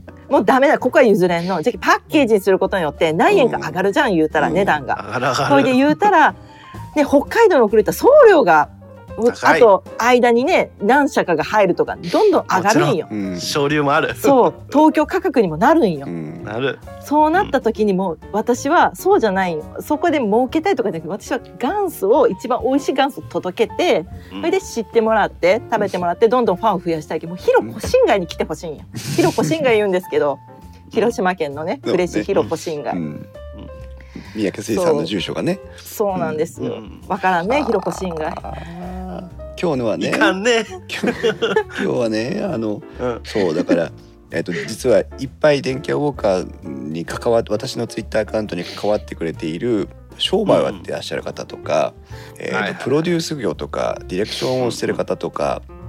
もうダメだここは譲れんの。じゃパッケージにすることによって何円か上がるじゃん言うたら、うん、値段が、うん、これで言うたら、ね、北海道に送れた送料があと間にね何社かが入るとかどんどん上がるんよ。 省流もある。 そう東京価格にもなるんよ、うん、 なる。 そうなった時にも私はそうじゃないよ。そこで儲けたいとかじゃなくて私は元祖を一番美味しい元祖を届けて、うん、それで知ってもらって食べてもらってどんどんファンを増やしたいけどもうひろこ新街に来てほしいんよ。ひろこ新街言うんですけど広島県のね呉市ひろこ新街、うんうん三宅水産の住所がねそうなんですよ、うん、わからんねひろこ新街。 今日のはねいかんね今日はねあの、うん、そうだから、えー、と実はいっぱい電気屋ウォーカーに関わって私のツイッターアカウントに関わってくれている商売をやってらっしゃる方とか、うんえーとはいはい、プロデュース業とかディレクションをしてる方とか、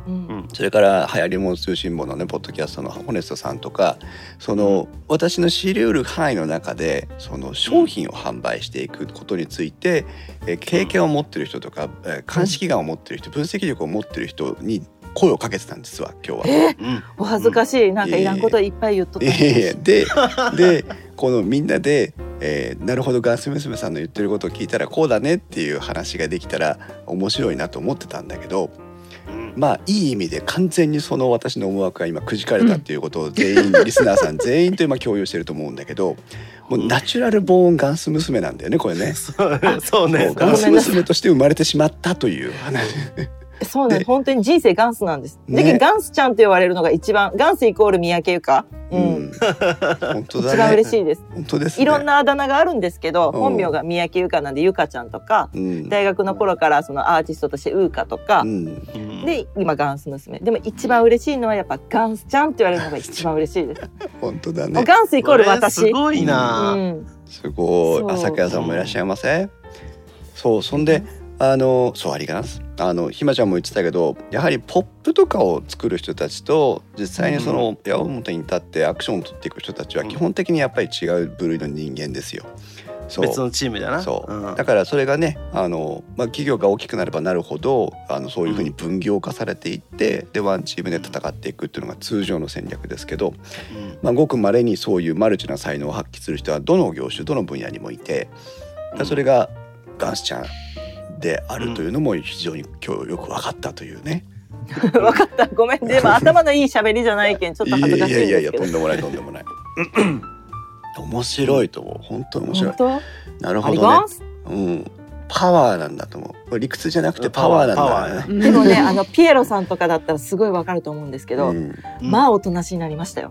うん、それから流行り物通信簿のねポッドキャストのホネストさんとかその、うん、私の知り得る範囲の中でその商品を販売していくことについて、うん、え経験を持ってる人とか、え鑑識眼を持ってる人、分析力を持ってる人に声をかけてたんですわ今日は。 えーうん、お恥ずかしい、なんかいらんこといっぱい言っとった、 えー、ででこのみんなで、えー、なるほどガンス娘さんの言ってることを聞いたらこうだねっていう話ができたら面白いなと思ってたんだけど、まあいい意味で完全にその私の思惑が今くじかれたっていうことを全員、うん、リスナーさん全員と今共有してると思うんだけど、もうナチュラルボーンガンス娘なんだよねこれね。 そうそうね。 ガンス娘として生まれてしまったという話。 そうね、本当に人生ガンスなんです。ね、でガンスちゃんと言われるのが一番、ガンスイコール三宅優香、うん、うん、本当だね、一番嬉しいです。 本当ですね。 いろんなあだ名があるんですけど、本名が三宅優香なんでゆかちゃんとか、うん、大学の頃からそのアーティストとしてウーカとか、うん、で今ガンス娘。でも一番嬉しいのはやっぱガンスちゃんって言われるのが一番嬉しいです。 本当だね。 ガンスイコール私。 すごいな、うん、 すごい。朝倉さんもいらっしゃいませ。そう、そんであのそうありがとうございます。あのひまちゃんも言ってたけど、やはりポップとかを作る人たちと実際にその矢面に立ってアクションを取っていく人たちは基本的にやっぱり違う部類の人間ですよ。 そう別のチームだな。 そう、うん、だからそれがね、あの、まあ、企業が大きくなればなるほどあのそういうふうに分業化されていって、うん、でワンチームで戦っていくっていうのが通常の戦略ですけど、うんまあ、ごく稀にそういうマルチな才能を発揮する人はどの業種どの分野にもいて、それがガンスちゃんであるというのも非常に今日よく分かったというね。 分かった、ごめん。でも頭のいい喋りじゃないけんちょっと恥ずかしいんですけど。いやいやいや、 とんでもないとんでもない面白いと思う。本当に面白い。なるほどね、うん、パワーなんだと思う。理屈じゃなくてパワーなんだね。 でもね、あのピエロさんとかだったらすごい分かると思うんですけど、うん、まあおとなしになりましたよ。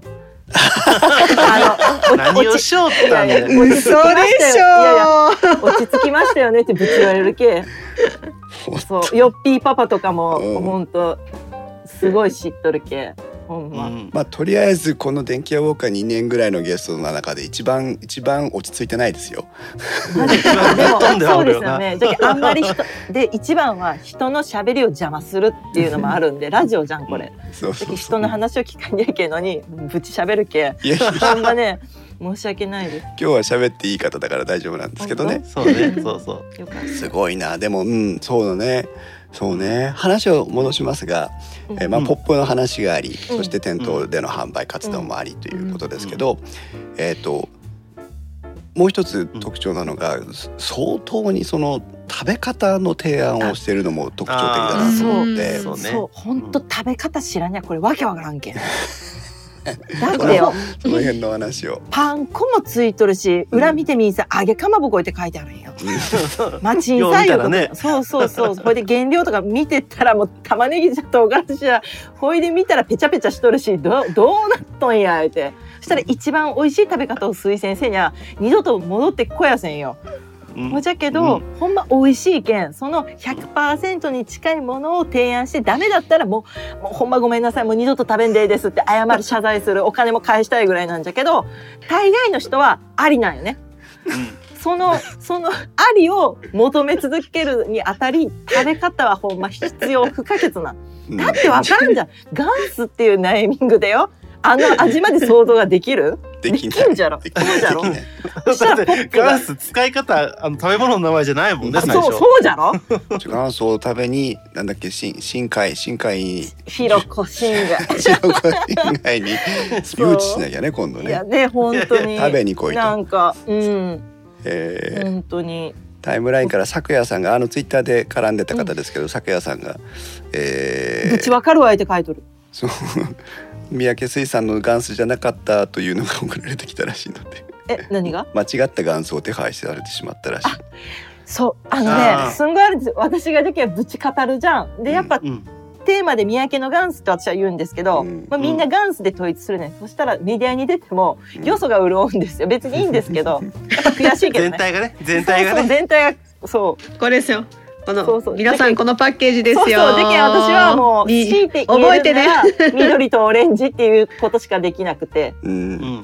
あの何をしようって言ったんだよ。落ち着きましたよ。いやいや落ち着きましたよねってぶち言われるけ。そうヨッピーパパとかも、うん、本当すごい知っとるけ。ほんま。うん、 まあとりあえずこの電気屋ウォーカーにねんぐらいのゲストの中で一番一番落ち着いてないですよ。 でもそうですよね。じゃあんまり人で一番は人の喋りを邪魔するっていうのもあるんでラジオじゃんこれ。そうそうそう、人の話を聞かにゃいけのにぶち喋るけ。いやいやそんなね申し訳ないです。 今日は喋っていい方だから大丈夫なんですけどね。 そうね、そうそう。 すごいな。でもうんそうだね。そうね、話を戻しますが、うんえーまあ、ポップの話があり、うん、そして店頭での販売活動もありということですけど、うん、えーと、もう一つ特徴なのが、うん、相当にその食べ方の提案をしているのも特徴的だなと思って。 そうそう、そう本当食べ方知らにゃこれわけわからんけん。だってよその辺の話をパン粉もついとるし、裏見てみんさ、揚げかまぼこって書いてあるんよ。マチンさいよ、ね、そうそうそう。ほいで原料とか見てたらもう玉ねぎじゃ唐辛子じゃ、ほいで見たらペチャペチャしとるし、どどうなっとんやって。そしたら一番美味しい食べ方を推薦せにゃ二度と戻ってこやせんよ。もうじゃけど、うん、ほんま美味しいけんその ひゃくパーセント に近いものを提案してダメだったらもう、もうほんまごめんなさいもう二度と食べんでいいですって謝る謝罪するお金も返したいぐらいなんじゃけど大概の人はありなんよね、うん、そのそのありを求め続けるにあたり食べ方はほんま必要不可欠な、うん、だってわかんじゃんガンスっていうネーミングでよあの味まで想像ができるできんじゃろできんじゃろそしたらガンス使い方あの食べ物の名前じゃないもんね最初そうそうじゃろガンスを食べになんだっけ深海深海にひろこ深海ひろこ深海に誘致しなきゃね今度ねいやね本当に食べに来いとなんかうんえー、本当にタイムラインから咲夜さんがあのツイッターで絡んでた方ですけど咲夜、うん、さんがえー、ぶちわかるわいって書いとるそう三宅水産のガンスじゃなかったというのが送られてきたらしいのでえ何が間違ったガンスを手配されてしまったらしい。 そうあのねすんごいあるんですよ。私がだけはぶち語るじゃんでやっぱ、うん、テーマで三宅のガンスって私は言うんですけど、うんまあ、みんなガンスで統一するね、うん、そしたらメディアに出てもよそが潤うんですよ。別にいいんですけどやっぱ悔しいけどね全体がね全体がねそうそう全体がそうこれですよこのそうそう皆さんこのパッケージですよ。そうそうでけん私はもう強いて言えるなら緑とオレンジっていうことしかできなくて、うん、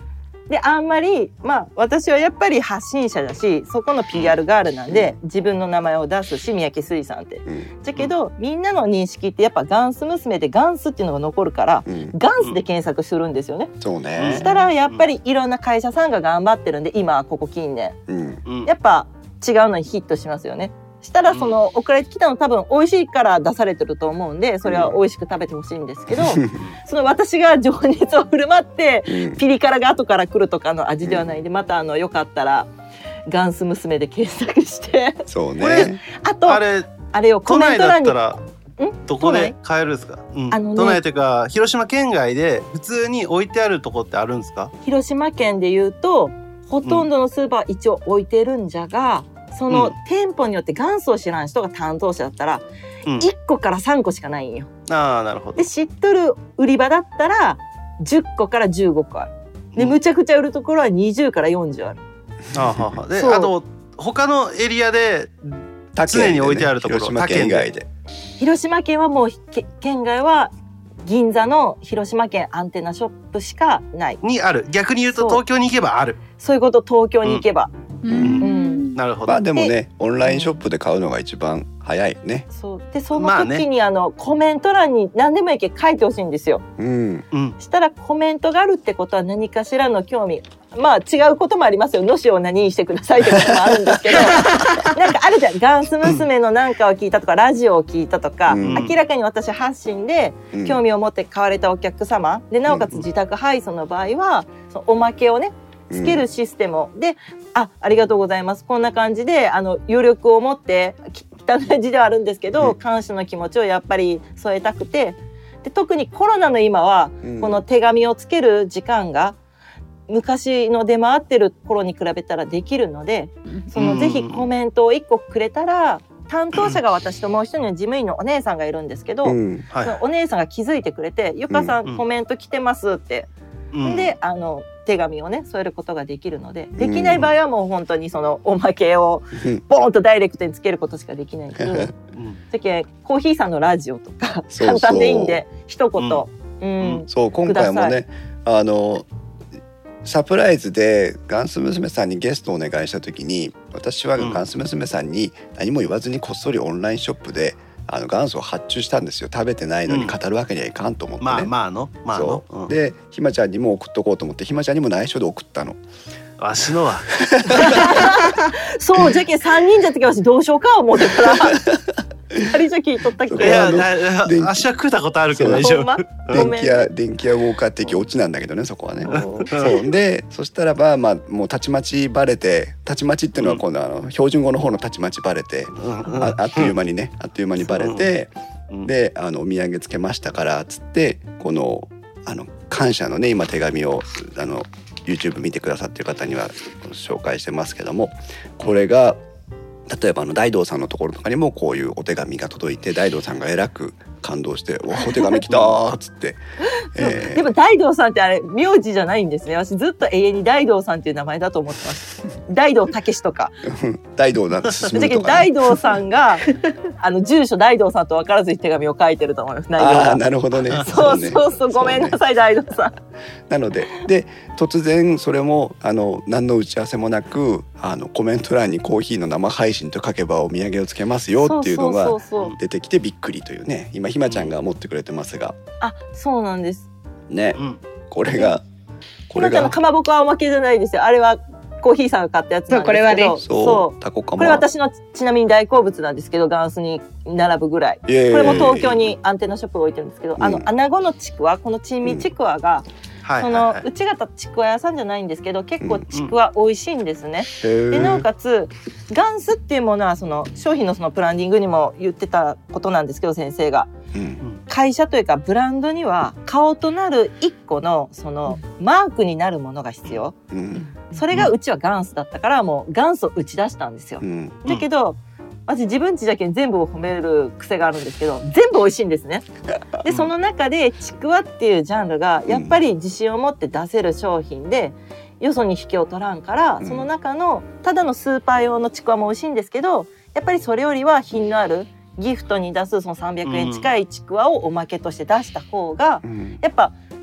であんまりまあ私はやっぱり発信者だしそこの ピーアール ガールなんで自分の名前を出すし三宅水産って、うん、だけどみんなの認識ってやっぱガンス娘でガンスっていうのが残るから、うん、ガンスで検索するんですよね、 うん、そうね。 したらやっぱりいろんな会社さんが頑張ってるんで今ここ近年、うん、やっぱ違うのにヒットしますよね。したらその送られてきたの多分美味しいから出されてると思うんでそれは美味しく食べてほしいんですけど、うん、その私が情熱を振る舞ってピリ辛が後から来るとかの味ではないんで、またあのよかったらガンス娘で検索してそうね。 あとあれあれをコメント欄にどこで買えるんですか？うん、あのね、都内というか広島県外で普通に置いてあるとこってあるんですか？ 広島県でいうとほとんどのスーパー一応置いてるんじゃが、うん、その店舗によって元祖を知らん人が担当者だったら、うん、いっこからさんこしかないんよ。 あー、なるほど。 で知っとる売り場だったらじゅっこからじゅうごこある。で、うん、むちゃくちゃ売るところはにじゅうからよんじゅうある。 あーははであと他のエリアで常に置いてあるところ、 広島県以外で広島県はもう県外は銀座の広島県アンテナショップしかないにある。逆に言うと東京に行けばある。 そういうこと、東京に行けば、 うんうんうん、なるほど。 まあでもねオンラインショップで買うのが一番早いね。 そうでその時にあの、まあね、コメント欄に何でもいいけど書いてほしいんですよ、うん、したらコメントがあるってことは何かしらの興味、まあ違うこともありますよ。のしを何にしてくださいってこともあるんですけどなんかあるじゃん、ガンス娘のなんかを聞いたとか、うん、ラジオを聞いたとか、うん、明らかに私発信で興味を持って買われたお客様で、なおかつ自宅配送の場合はそのおまけをねつけるシステムで、うん、あ、ありがとうございます、こんな感じであの余力を持って汚い字ではあるんですけど、うん、感謝の気持ちをやっぱり添えたくて、で特にコロナの今は、うん、この手紙をつける時間が昔の出回ってる頃に比べたらできるので、そのぜひコメントをいっこくれたら担当者が私ともう一人の事務員のお姉さんがいるんですけど、うんはい、そのお姉さんが気づいてくれて、ゆかさん、うん、コメント来てますって、うん、であの手紙をね添えることができるので、できない場合はもう本当にそのおまけをボーンとダイレクトにつけることしかできないけど、うん、コーヒーさんのラジオとか簡単でいいんで一言、うんうん、 そう今回もねあのサプライズでガンス娘さんにゲストをお願いした時に、私はガンス娘さんに何も言わずにこっそりオンラインショップであの元祖を発注したんですよ。食べてないのに語るわけにはいかんと思ってね、 うん、まあまあのまあの、 そう、うん、でひまちゃんにも送っとこうと思って、ひまちゃんにも内緒で送ったの。 わしのはそうじゃけんさんにんじゃったけど私どうしようか思ってたらあれじゃき取ったっけ。 いや足は食ったことあるけど大丈夫。 電気屋電気屋ウォーカー的オチなんだけどね、そこはね。そうでそしたらばまあもうたちまちバレて、たちまちっていうのは今度あの標準語の方のたちまちバレて、うん、あ, あっという間にねあっという間にバレて、うん、であのお土産つけましたからつってこのあの感謝のね今手紙をあの YouTube 見てくださっている方には紹介してますけども、これが例えばあの大道さんのところとかにもこういうお手紙が届いて、大道さんがえらく感動してお手紙来たーっつって、 えー、でも大道さんってあれ名字じゃないんですね。私ずっと永遠に大道さんっていう名前だと思ってます。大道武史とか大道なんですとか、ね、大道さんがあの住所大道さんと分からずに手紙を書いてると思います。 ああなるほどね。 そうそうそう、ごめんなさい、ね、大道さん。 なのでで突然それもあの何の打ち合わせもなくあのコメント欄にコーヒーの生配信と書けばお土産をつけますよっていうのが出てきてびっくりというね。今ひまちゃんが持ってくれてますが、 あ、そうなんですね、うん、これがこれがひまちゃんのかまぼこはおまけじゃないですよ。あれはコーヒーさんが買ったやつなんですけど、 これはね、 そうタコかま、 これ私のちなみに大好物なんですけど、ガンスに並ぶぐらい。これも東京にアンテナショップが置いてるんですけど、うん、あの穴子のちくわ、この珍味ちくわが、うん、そのうちがたちくわ屋さんじゃないんですけど結構ちくわ美味しいんですね、うん、でなおかつガンスっていうものはその商品のそのブランディングにも言ってたことなんですけど、先生が、うん、会社というかブランドには顔となる一個のそのマークになるものが必要、うん、それがうちはガンスだったからもう元祖打ち出したんですよ、うん、だけど私自分ちだけ全部を褒める癖があるんですけど全部美味しいんですね。でその中でちくわっていうジャンルがやっぱり自信を持って出せる商品で、よそに引けを取らんから、うん、その中のただのスーパー用のちくわも美味しいんですけど、やっぱりそれよりは品のあるギフトに出すそのさんびゃくえん近いちくわをおまけとして出した方が、うん、やっぱ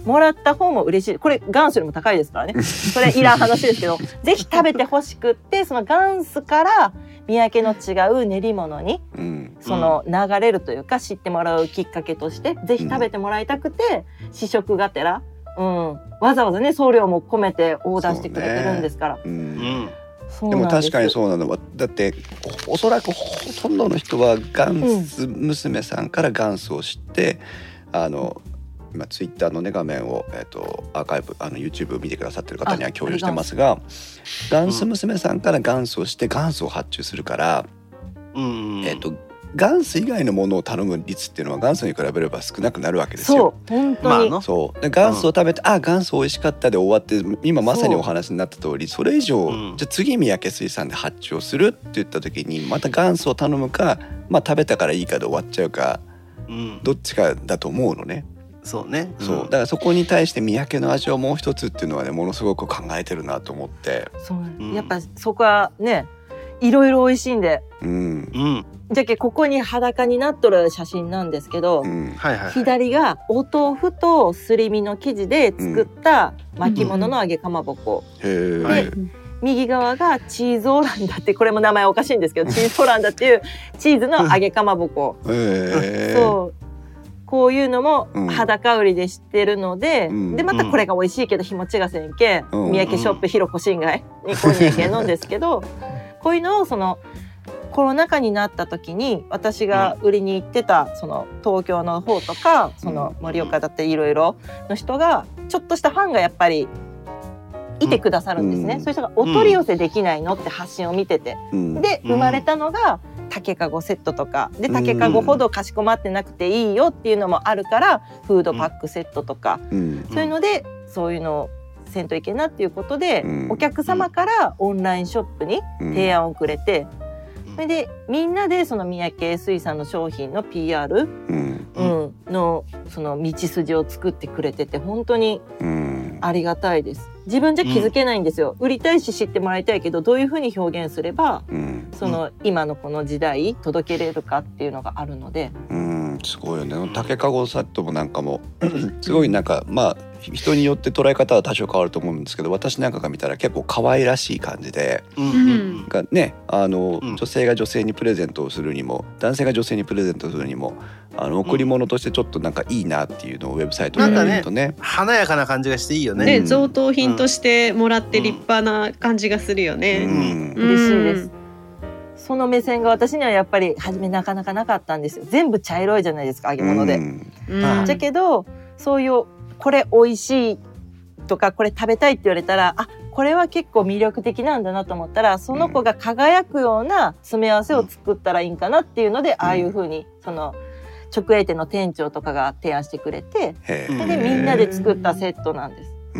もらった方も嬉しい。これ元祖よりも高いですからね。それいらん話ですけどぜひ食べてほしくって、その元祖から三宅の違う練り物に、うん、その流れるというか知ってもらうきっかけとしてぜひ食べてもらいたくて、うん、試食がてら、うん、わざわざね送料も込めてオーダーしてくれてるんですから。そうね、うんそうでも確かにそうなの。だっておそらくほとんどの人はガンス娘さんからガンスを知って、うん、あの今ツイッターのね画面を、えー、とアーカイブあの YouTube を見てくださってる方には共有してますが、ガンス娘さんからガンスをしてガンスを発注するから、うん、えー、と元祖以外のものを頼む率っていうのは元祖に比べれば少なくなるわけですよ。 そう本当に、まあ、 そうで元祖を食べて、うん、あ元祖美味しかったで終わって今まさにお話になった通り そ, それ以上、うん、じゃあ次三宅水産で発注をするって言った時にまた元祖を頼むか、まあ、食べたからいいかで終わっちゃうか、うん、どっちかだと思うのね。 そうね、 そうだからそこに対して三宅の味をもう一つっていうのはねものすごく考えてるなと思って。 そう、うん、やっぱそこはねいろいろ美味しいんで、うん、じゃけここに裸になっとる写真なんですけど、うんはいはいはい、左がお豆腐とすり身の生地で作った巻物の揚げかまぼこ、うん、で、はい、右側がチーズオランダってこれも名前おかしいんですけどチーズオランダっていうチーズの揚げかまぼこ、そうこういうのも裸売りで知ってるので、うん、でまたこれが美味しいけど日持ちがせんけ、うん、三宅ショップひろこ新街にこういう系なんですけどこういうのをそのコロナ禍になった時に私が売りに行ってたその東京の方とかその盛岡だっていろいろの人がちょっとしたファンがやっぱりいてくださるんですね、うん、そういう人がお取り寄せできないのって発信を見てて、うん、で生まれたのが竹かごセットとかで竹かごほどかしこまってなくていいよっていうのもあるからフードパックセットとか、うん、そういうのでそういうのをせんといけんなっていうことで、うん、お客様からオンラインショップに提案をくれて、うん、それでみんなでその三宅水産の商品の ピーアール、うんうん、のその道筋を作ってくれてて本当にありがたいです。自分じゃ気づけないんですよ、うん、売りたいし知ってもらいたいけどどういうふうに表現すれば、うん、その今のこの時代届けれるかっていうのがあるので、 うん、すごいよね。竹かごセットもなんかもすごいなんかまあ人によって捉え方は多少変わると思うんですけど私なんかが見たら結構可愛らしい感じで、うんがね、あの、うん、女性が女性にプレゼントをするにも男性が女性にプレゼントするにもあの贈り物としてちょっとなんかいいなっていうのをウェブサイトで見ると ね, ね華やかな感じがしていいよね。 ね、贈答品としてもらって立派な感じがするよね、うんうん、嬉しいです。その目線が私にはやっぱり初めなかなかなかったんですよ。全部茶色いじゃないですか揚げ物で、うんうん、だけどそういうこれ美味しいとかこれ食べたいって言われたらあこれは結構魅力的なんだなと思ったらその子が輝くような詰め合わせを作ったらいいんかなっていうので、うん、ああいう風にその直営店の店長とかが提案してくれてでみんなで作ったセットなんです。 うん、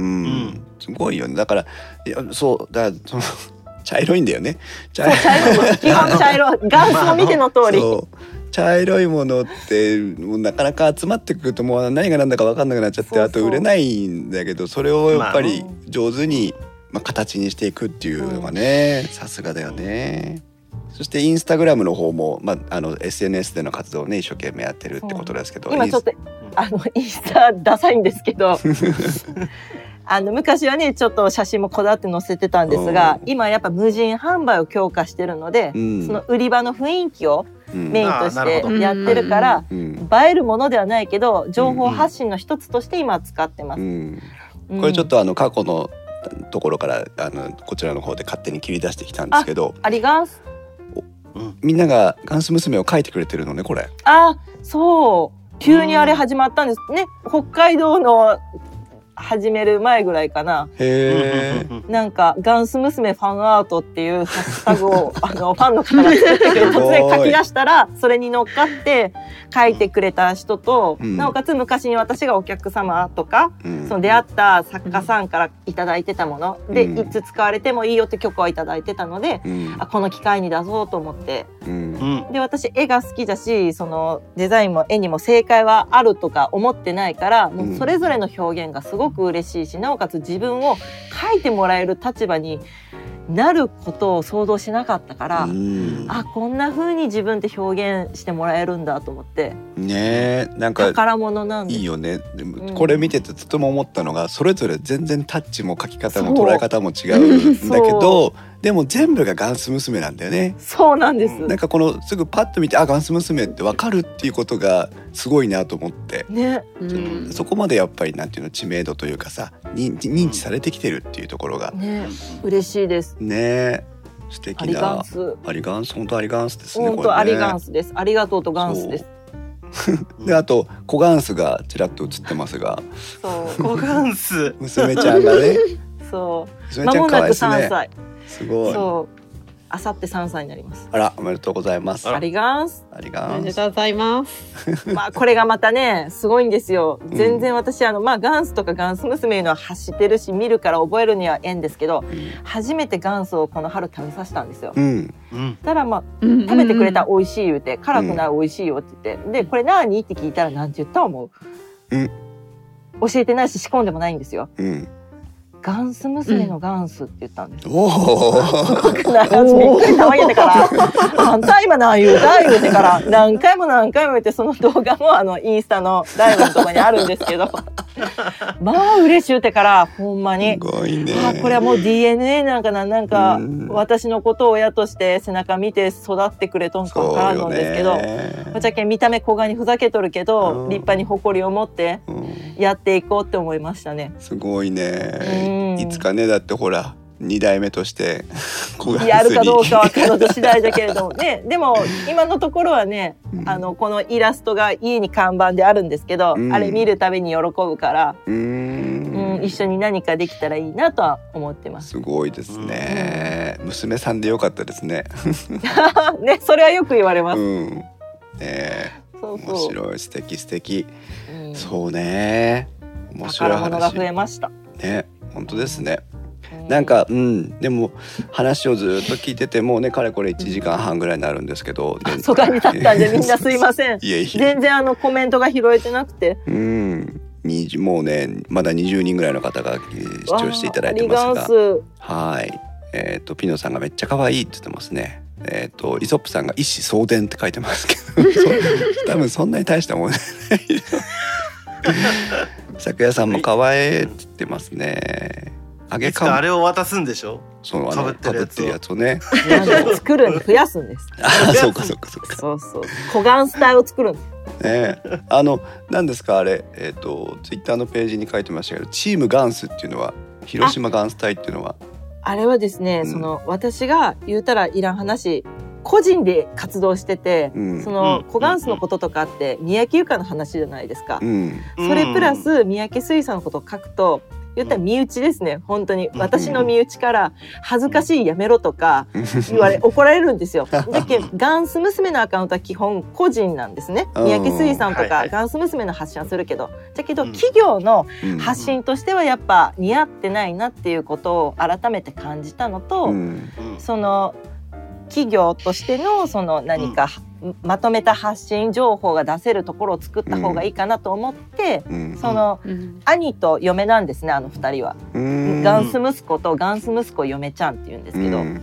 すごいよね。だからいやそうだからその茶色いんだよね。 茶色い基本茶色元祖を見ての通り、そう茶色いものってもうなかなか集まってくるともう何が何だか分かんなくなっちゃってそうそうあと売れないんだけどそれをやっぱり上手に、まあ、形にしていくっていうのがねさすがだよね。そしてインスタグラムの方も、まあ、あの エスエヌエス での活動をね一生懸命やってるってことですけど今ちょっとあのインスタダサいんですけどあの昔はねちょっと写真もこだわって載せてたんですが今やっぱ無人販売を強化してるので、うん、その売り場の雰囲気をメインとしてやってるから、うん、映えるものではないけど情報発信の一つとして今使ってます、うんうん、これちょっとあの過去のところからあのこちらの方で勝手に切り出してきたんですけどあ, ありがすみんながガンス娘を書いてくれてるのねこれ。 あそう急にあれ始まったんですね、北海道の始める前ぐらいかな。へーなんかガンス娘ファンアートっていうハッシュタグをあのファンの方が作ってくれて突然書き出したらそれに乗っかって書いてくれた人と、うん、なおかつ昔に私がお客様とか、うん、その出会った作家さんからいただいてたもので、うん、いつ使われてもいいよって許可をいただいてたので、うん、あこの機会に出そうと思って、うん、で私絵が好きだしそのデザインも絵にも正解はあるとか思ってないからもうそれぞれの表現がすごくすごく嬉しいしなおかつ自分を書いてもらえる立場になることを想像しなかったから、あ、こんな風に自分って表現してもらえるんだと思ってね。なんか宝物なんでいいよね。でもこれ見ててとても思ったのが、それぞれ全然タッチも描き方も捉え方も違うんだけどでも全部がガンス娘なんだよね。 そうなんです。 なんかこのすぐパッと見て、あ、ガンス娘って分かるっていうことがすごいなと思って、 ね、 うん、 そこまでやっぱりなんていうの、知名度というかさ、認知、認知されてきてるっていうところがね、嬉しいですね。素敵なアリガンス、 アリガンス、本当アリガンスですね。 本当、ね、アリガンスです。ありがとうとガンスです。 で、あとコガンスがちらっと映ってますが、 そうコガンス娘ちゃんがねそう間もなくさんさい、 すごい。 そうあさってさんさいになります。 あら、おめでとうございます。 アリガンス、 アリガンス、 おめでとうございます。 まあこれがまたねすごいんですよ。全然私あのまあガンスとかガンス娘いうのは走ってるし見るから覚えるにはええんですけど、うん、初めてガンスをこの春食べさせたんですよ。うん、たらまあ、うん、食べてくれたら美味しい言うて、辛くない美味しいよって言って、でこれ何って聞いたら何て言ったと思う？うん、教えてないし仕込んでもないんですよ。うん、ガンス娘のガンスって言ったんです。おお。びっくりたまげてから、あんた今何言うた言うてから何回も何回も言って、その動画もあのインスタのライブのところにあるんですけど、まあ嬉しゅうてからほんまに。 すごいね。 あ、これはもう ディーエヌエー なんかな、なんか私のことを親として背中見て育ってくれとんかわからんのですけど、お茶け見た目小がにふざけとるけど、うん、立派に誇りを持ってやっていこうって思いましたね。 すごいね。いつかね、だってほらに代目としてやるかどうかは彼女次第だけれどもね。でも今のところはね、うん、あのこのイラストが家に看板であるんですけど、うん、あれ見るたびに喜ぶから、うん、うん、一緒に何かできたらいいなとは思ってます。 すごいですね、うん、娘さんでよかったですね。 ね、それはよく言われます、うん、 ね、そうそう、面白い、素敵素敵、うん、そうね、面白い話、 宝物が増えましたね。本当ですね。なんか、うん、でも話をずっと聞いててもうね、かれこれいちじかんはんぐらいになるんですけど、 そがに立ったんでみんなすいません。いやいや、全然あのコメントが拾えてなくて、うん、 もうねまだにじゅうにんぐらいの方が視聴していただいてますが、はい、えっとピノさんがめっちゃ可愛いって言ってますね。えっとイソップさんが一子相伝って書いてますけど多分そんなに大したもんじゃない咲夜さんも可愛いって言ってますね。 あげかあれを渡すんでしょ。 そう、あのかぶってるやつをね。 作るに増やすんです。 あ、そうかそうかそうか。 そうそう。小ガンスタイを作るんです。 ね、あの何ですかあれ、えっとツイッターのページに書いてましたけど、チームガンスっていうのは、広島ガンス隊っていうのは、 あ, あれはですね、うん、その私が言うたらいらん話。個人で活動してて、うん、そのコガンスのこととかって三宅由香の話じゃないですか、うん、それプラス三宅水産のことを書くと言ったら身内ですね。本当に私の身内から恥ずかしいやめろとか言われ怒られるんですよ。だけどガンス娘のアカウントは基本個人なんですね。三宅水産とかガンス娘の発信はするけど、だけど企業の発信としてはやっぱ似合ってないなっていうことを改めて感じたのと、その企業としてのその何かまとめた発信情報が出せるところを作った方がいいかなと思って、うん、その、うん、兄と嫁なんですね、あのふたりは。ガンス息子とガンス息子嫁ちゃんっていうんですけど、うん、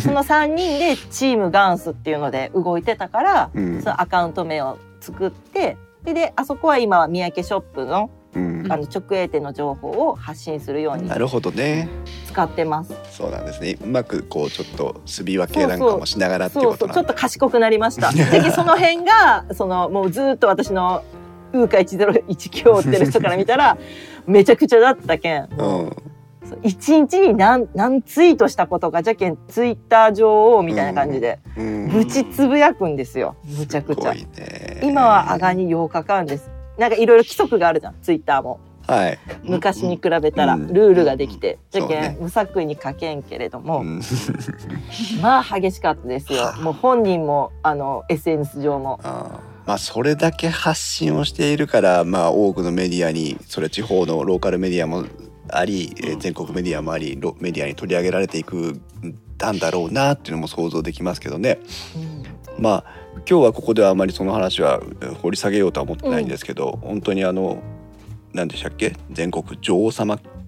そのさんにんでチームガンスっていうので動いてたから、うん、そのアカウント名を作って、で、であそこは今は三宅ショップのうん、あの直営店の情報を発信するようになるほどね使ってます。 そうなんですね。うまくこうちょっとすび分けなんかもしながらっていうことなんで、 そうそう、ちょっと賢くなりましたでその辺がそのもうずっと私のウーカいちゼロいちきゅうを追ってる人から見たらめちゃくちゃだったけん、うん、一日に 何, 何ツイートしたことかじゃけんツイッター女王みたいな感じで、うん、ぶちつぶやくんですよ。むちゃくちゃ今はあがにようかかんです。なんかいろいろ規則があるじゃん、ツイッターも、はい、昔に比べたらルールができて、うん、じゃけん、ね、無作為に書けんけれども、うん、まあ激しかったですよ。もう本人もあの エスエヌエス 上もあ、まあ、それだけ発信をしているから、まあ、多くのメディアに、それ地方のローカルメディアもあり、うん、全国メディアもあり、メディアに取り上げられていくたんだろうなっていうのも想像できますけどね、うん、まあ今日はここではあまりその話は掘り下げようとは思ってないんですけど、うん、本当にあの何でしたっけ、全国女王様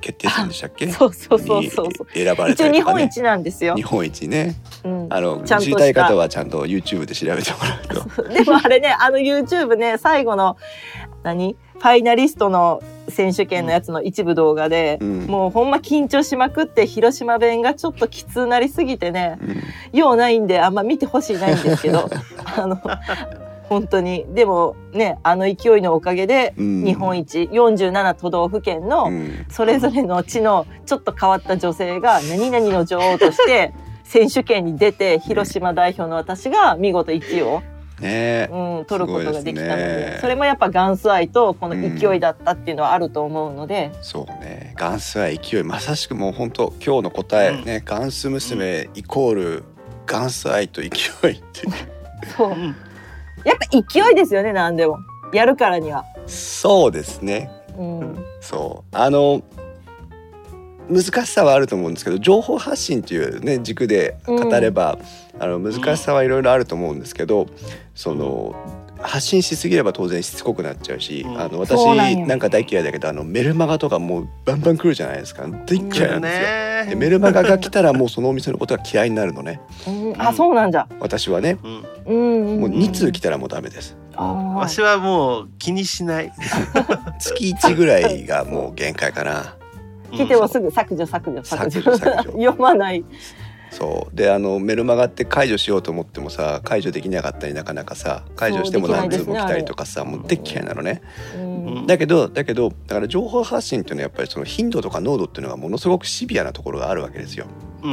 決定戦でしたっけ？ そうそうそうそう選ばれたりとかね。 一応日本一なんですよ。 日本一ね。 うん、 あの知りたい方はちゃんと YouTube で調べてもらうと。 でもあれね、あの YouTube ね、最後の何ファイナリストの選手権のやつの一部動画で、うん、もうほんま緊張しまくって広島弁がちょっときつなりすぎてね、うん、ようないんであんま見てほしいないんですけどあの本当にでもね、あの勢いのおかげで日本一、うん、よんじゅうなな都道府県のそれぞれの地のちょっと変わった女性が何々の女王として選手権に出て、広島代表の私が見事いちいをね、 うん、取ることができたので、それもやっぱガンス愛とこの勢いだったっていうのはあると思うので、 うん、そうね、ガンス愛、勢い、まさしくもう本当今日の答えね、うん、ガンス娘イコールガンス愛と勢いってそう、やっぱ勢いですよね、何でもやるからには。 そうですね、うん、そうあの難しさはあると思うんですけど、情報発信という、ね、軸で語れば、うん、あの難しさはいろいろあると思うんですけど、その発信しすぎれば当然しつこくなっちゃうし、うん、あの私なんか大嫌いだけど、あのメルマガとかもうバンバン来るじゃないですか。大嫌いなんですよ。でメルマガが来たらもうそのお店のことが嫌いになるのね。 うん、あ、そうなんだ。 私はね、うん、もうに通来たらもうダメです。 わしはもう気にしない。 月いちぐらいがもう限界かな。 来てもすぐ削除削除削除読まない。 そうで、あのメルマガって解除しようと思ってもさ、解除できなかったり、なかなかさ解除しても何通も来たりとかさ、もうでっ嫌いなのね、うん、だけどだけどだから情報発信っていうのはやっぱりその頻度とか濃度っていうのがものすごくシビアなところがあるわけですよ、うん、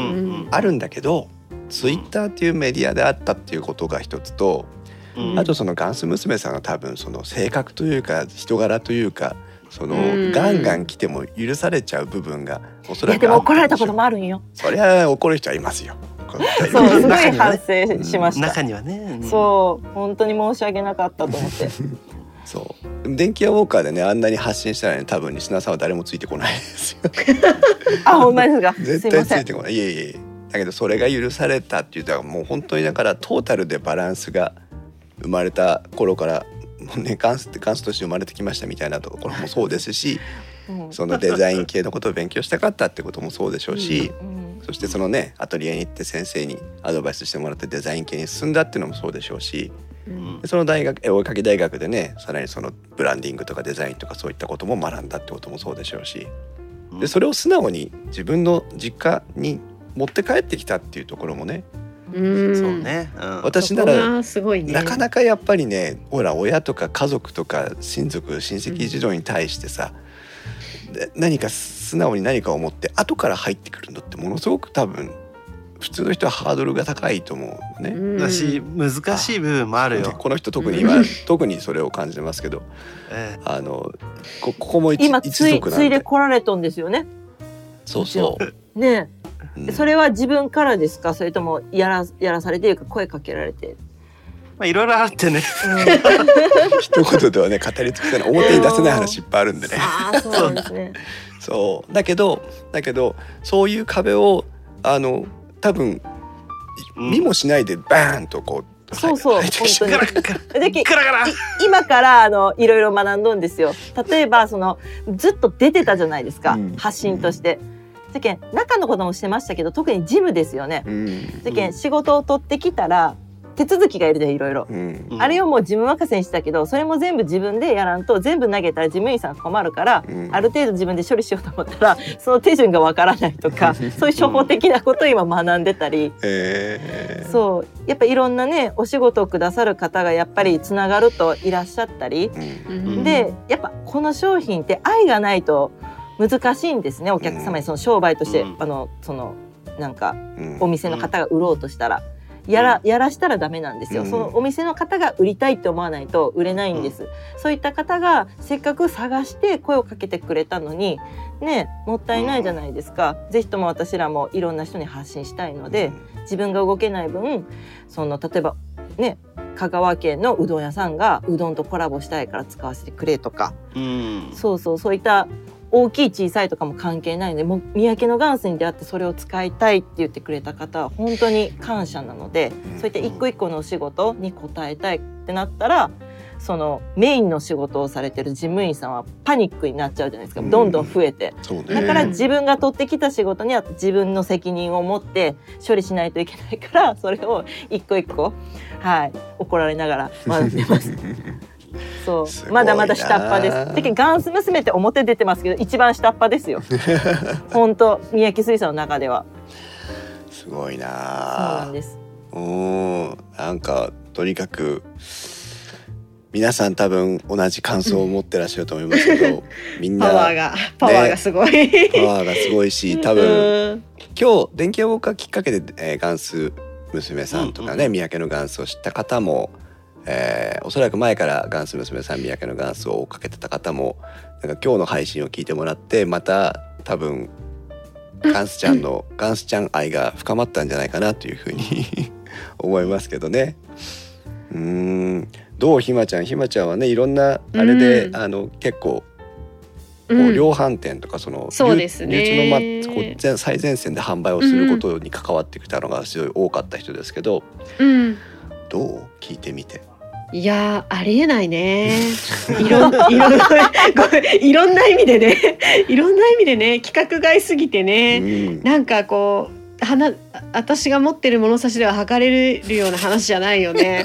あるんだけど、ツイッターっていうメディアであったっていうことが一つと、うん、あとそのガンス娘さんが多分その性格というか人柄というか、そのガンガン来ても許されちゃう部分がおそらくあった。いやでも怒られたこともあるんよ。 そりゃ怒る人はいますよ。 そうすごい反省しました。 中にはね、うん、 そう本当に申し訳なかったと思って。 そう電気屋ウォーカーでね、あんなに発信したらね、多分リスナーさんは誰もついてこないですよ。 あ、ほんまですか。 絶対ついてこない。いえいえ。だけどそれが許されたっていうと、もう本当にだからトータルでバランスが生まれた頃からもうね、ガンスってガンスとして生まれてきましたみたいなところもそうですし、うん、そのデザイン系のことを勉強したかったってこともそうでしょうし、うんうん、そしてそのねアトリエに行って先生にアドバイスしてもらってデザイン系に進んだっていうのもそうでしょうし、うん、その大学お絵かき大学でね、さらにそのブランディングとかデザインとかそういったことも学んだってこともそうでしょうし、でそれを素直に自分の実家に持って帰ってきたっていうところもね、 うんそうね、うん、 私ならすごい、ね、 なかなかやっぱりね、ほら親とか家族とか親族親戚一同に対してさ、うん、で何か素直に何かを思って後から入ってくるのってものすごく多分普通の人はハードルが高いと思うね、うん、 だし難しい部分もあるよ。 この人特に今、うん、特にそれを感じてますけど、ええ、あの こ, ここも 一, 今一族なんでついで来られたんですよね。 そうそうねえ、うん、それは自分からですか、それともや ら, やらされているか、声かけられて。 まあいろいろあってね、 うん、一言ではね語り尽くせない、表に出せない話いっぱいあるんでね。 あ、そうですね。 そうだけどだけどそういう壁をあの多分、うん、見もしないでバーンとこう、 そうそう、本当に。 ガラガラ今からあのいろいろ学んどんですよ。例えばそのずっと出てたじゃないですか、うん、発信として。世間中のこともしてましたけど、特に事務ですよね、うん、世間仕事を取ってきたら手続きがいるでいろいろ、うん、あれをもう事務任せにしたけど、それも全部自分でやらんと全部投げたら事務員さんが困るから、うん、ある程度自分で処理しようと思ったらその手順がわからないとかそういう初歩的なことを今学んでたり、 えー、 そうやっぱいろんなねお仕事をくださる方がやっぱりつながるといらっしゃったり、うん、でやっぱこの商品って愛がないと難しいんですね、お客様にその商売として、うん、あのそのなんか、うん、お店の方が売ろうとしたら、うん、やらやらしたらダメなんですよ、うん、そのお店の方が売りたいって思わないと売れないんです、うん、そういった方がせっかく探して声をかけてくれたのにね、もったいないじゃないですか、うん、ぜひとも私らもいろんな人に発信したいので、うん、自分が動けない分その例えばね香川県のうどん屋さんがうどんとコラボしたいから使わせてくれとか、うん、そうそうそういった大きい小さいとかも関係ないので、もう三宅のガンスに出会ってそれを使いたいって言ってくれた方は本当に感謝なので、そういった一個一個のお仕事に応えたいってなったらそのメインの仕事をされてる事務員さんはパニックになっちゃうじゃないですか。どんどん増えて、 うん、 だから自分が取ってきた仕事には自分の責任を持って処理しないといけないから、それを一個一個、はい、怒られながら学んでますそうまだまだ下っ端です。だけどガンス娘って表出てますけど一番下っ端ですよ本当三宅水産の中ではすごいな。 そうなんです。 うん、なんかとにかく皆さん多分同じ感想を持ってらっしゃると思いますけどみんなパワーがパワーがすごい、 ね、パワーがすごいし、多分今日電気予報課きっかけで、えー、ガンス娘さんとかね、うん、三宅のガンスを知った方も、えー、おそらく前からガンス娘さん三宅のガンスを追っかけてた方もなんか今日の配信を聞いてもらってまた多分ガンスちゃんのガンスちゃん愛が深まったんじゃないかなというふうに思いますけどね。うーん、どうひまちゃんひまちゃんはねいろんなあれで、うん、あの結構こう量販店とかその、うん、 そうですね、 流通の、ま、こう最前線で販売をすることに関わってきたのがすごい多かった人ですけど、 うん、 どう聞いてみて。 いやありえないねいろんいろんいろんな意味でねいろんな意味でね規格外すぎてね、うん、なんかこうはな私が持ってる物差しでは測れるような話じゃないよね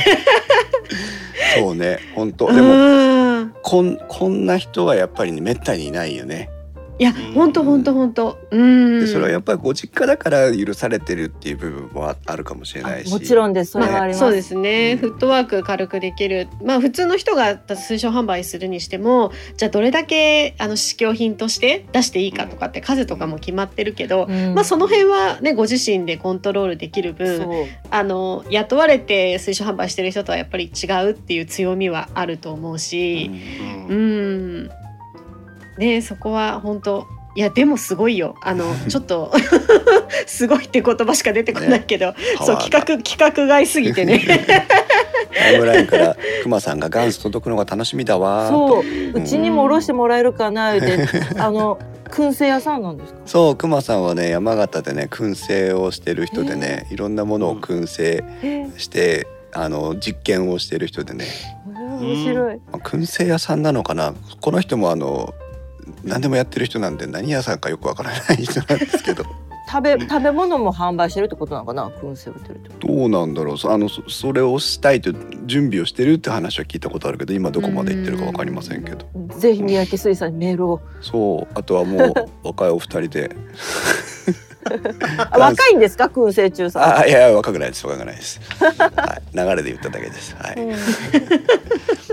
そうね本当でもこん、こんな人はやっぱりねめったにいないよね。 いや本当本当本当。うんでそれはやっぱりご実家だから許されてるっていう部分もあるかもしれないし。 もちろんです。それはあります、 ね、そうですね、うん、フットワーク軽くできる。まあ普通の人が推奨販売するにしてもじゃあどれだけあの試供品として出していいかとかって数とかも決まってるけど、うん、まあその辺はねご自身でコントロールできる分あの雇われて推奨販売してる人とはやっぱり違うっていう強みはあると思うし、うん、うんね、そこは本当いやでもすごいよあのちょっとすごいって言葉しか出てこないけど、ね、そう企画規格外すぎてねタイムラインからクマさんがガンス届くのが楽しみだわ。 そう、うちにもおろしてもらえるかなってあの燻製屋さんなんですか。 そうクマさんはね山形でね燻製をしてる人でねいろんなものを燻製してあの実験をしてる人でね面白い、 燻製屋さんなのかな。この人もあの何でもやってる人なんで何屋さんかよくわからない人なんですけど食べ食べ物も販売してるってことなのかな。燻製売ってるってどうなんだろう。あの そ, それをしたいと準備をしてるって話は聞いたことあるけど今どこまで行ってるかわかりませんけど、 ぜひ三宅水産にメールを。 そうあとはもう若いお二人で若いんですか燻製中さん。 あいや若くないです若くないです、はい、流れで言っただけです。はい。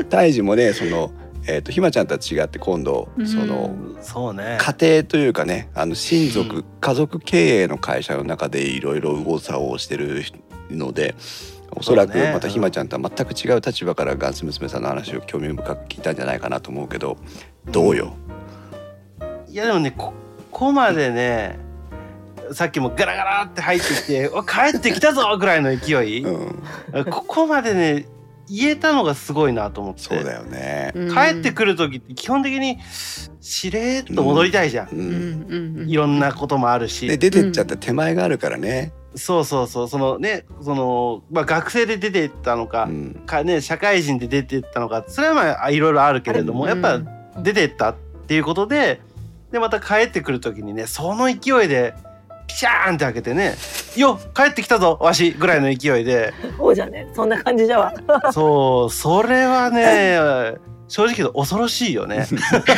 大治もねそのえー、とひまちゃんとは違って今度、うん、そのそうね、 家庭というかねあの親族、うん、家族経営の会社の中でいろいろ右往左往してるのでおそらくまたひまちゃんとは全く違う立場からガンス娘さんの話を興味深く聞いたんじゃないかなと思うけどどうよ。 いやでもねここまでねさっきもガラガラって入ってきて帰ってきたぞぐらいの勢い、うん、ここまでね言えたのがすごいなと思って。 そうだよね。 帰ってくる時って基本的にしれーっと戻りたいじゃん、うんうん、いろんなこともあるしで出てっちゃった手前があるからね、 うん、そうそうそうそのねその、まあ、学生で出ていったのか、うん、かね社会人で出ていったのかそれはまあいろいろあるけれども、うん、やっぱ出ていったっていうことででまた帰ってくる時にねその勢いでピシャーンって開けてねよ帰ってきたぞわしぐらいの勢いでそうじゃねそんな感じじゃわそうそれはね正直言うと恐ろしいよね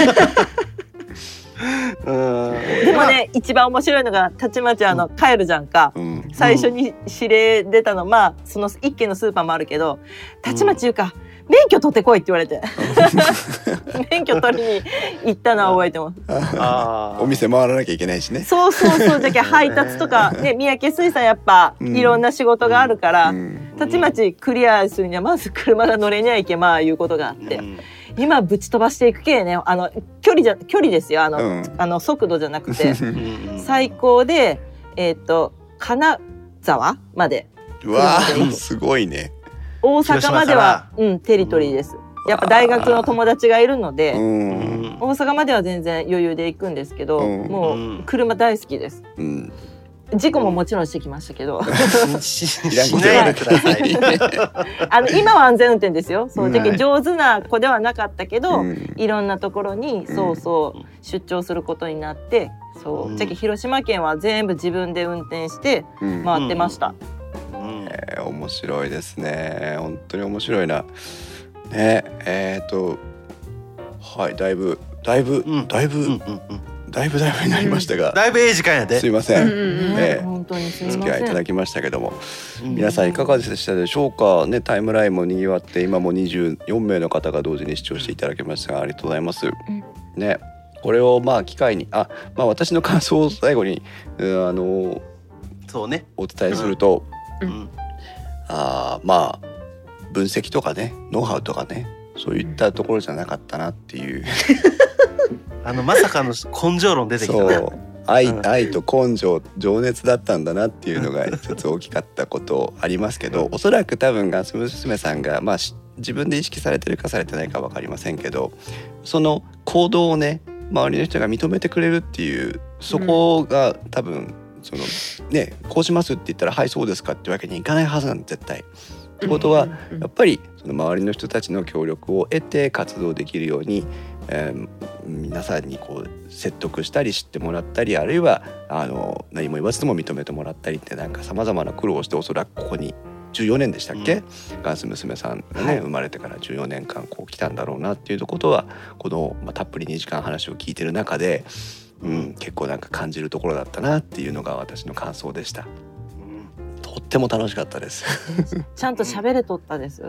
うんでもね、まあ、一番面白いのがたちまちあの、うん、帰るじゃんか、うん、最初に指令出たのまあその一軒のスーパーもあるけどたちまち言うか、うん免許取ってこいって言われて免許取りに行ったのは覚えてますあお店回らなきゃいけないしね。 そうそうそうじゃけ配達とか、ね、三宅水産やっぱ、うん、いろんな仕事があるから、うん、たちまちクリアするにはまず車が乗れにゃいけまあいうことがあって、うん、今ぶち飛ばしていくけねあの距離じゃ距離ですよあの、うん、あの速度じゃなくて最高でえっと金沢まで。 うわーすごいね。 大阪までは、うん、テリトリーです。やっぱ大学の友達がいるので、うん、大阪までは全然余裕で行くんですけど、うん、もう車大好きです。 うん、 事故ももちろんしてきましたけどし, しないでくださいあの今は安全運転ですよ。そう、はい、上手な子ではなかったけど、うん、いろんなところにそうそう出張することになって、そう、うん、じゃけ広島県は全部自分で運転して回ってました、 うんうんえー、面白いですね。本当に面白いなね。えー、っとはいだいぶだいぶ、うん、だいぶ、うんうんうんだいぶだいぶになりましたが、 だいぶええ時間やで。 すいません。 えー、本当にすいません。 付き合いいただきましたけども、皆さんいかがでしたでしょうかね。タイムラインも賑わって今もにじゅうよんめいの方が同時に視聴していただきましたがありがとうございます。うん、ね、これをまあ機会にあまあ私の感想を最後に、うん、あのそうねお伝えすると、 うん、 あまあ分析とかねノウハウとかねそういったところじゃなかったなっていう。 あのまさかの根性論出てきたな。 そう愛、うん、愛と根性情熱だったんだなっていうのが一つ大きかったことありますけど、おそらく多分ガンス娘さんが、まあ、自分で意識されてるかされてないか分かりませんけど、その行動をね周りの人が認めてくれるっていうそこが多分そのねこうしますって言ったらはいそうですかってわけにいかないはずなんで絶対。ってことはやっぱりその周りの人たちの協力を得て活動できるように、えー、皆さんにこう説得したり知ってもらったりあるいはあの何も言わずとも認めてもらったりってなんかさまざまな苦労をしておそらくここにじゅうよねんでしたっけ、うん、ガンス娘さんがね、はい、生まれてからじゅうよねんかんこう来たんだろうなっていうことはこの、まあ、たっぷりにじかん話を聞いてる中で、うん、結構なんか感じるところだったなっていうのが私の感想でした。とっても楽しかったですちゃんと喋れとったです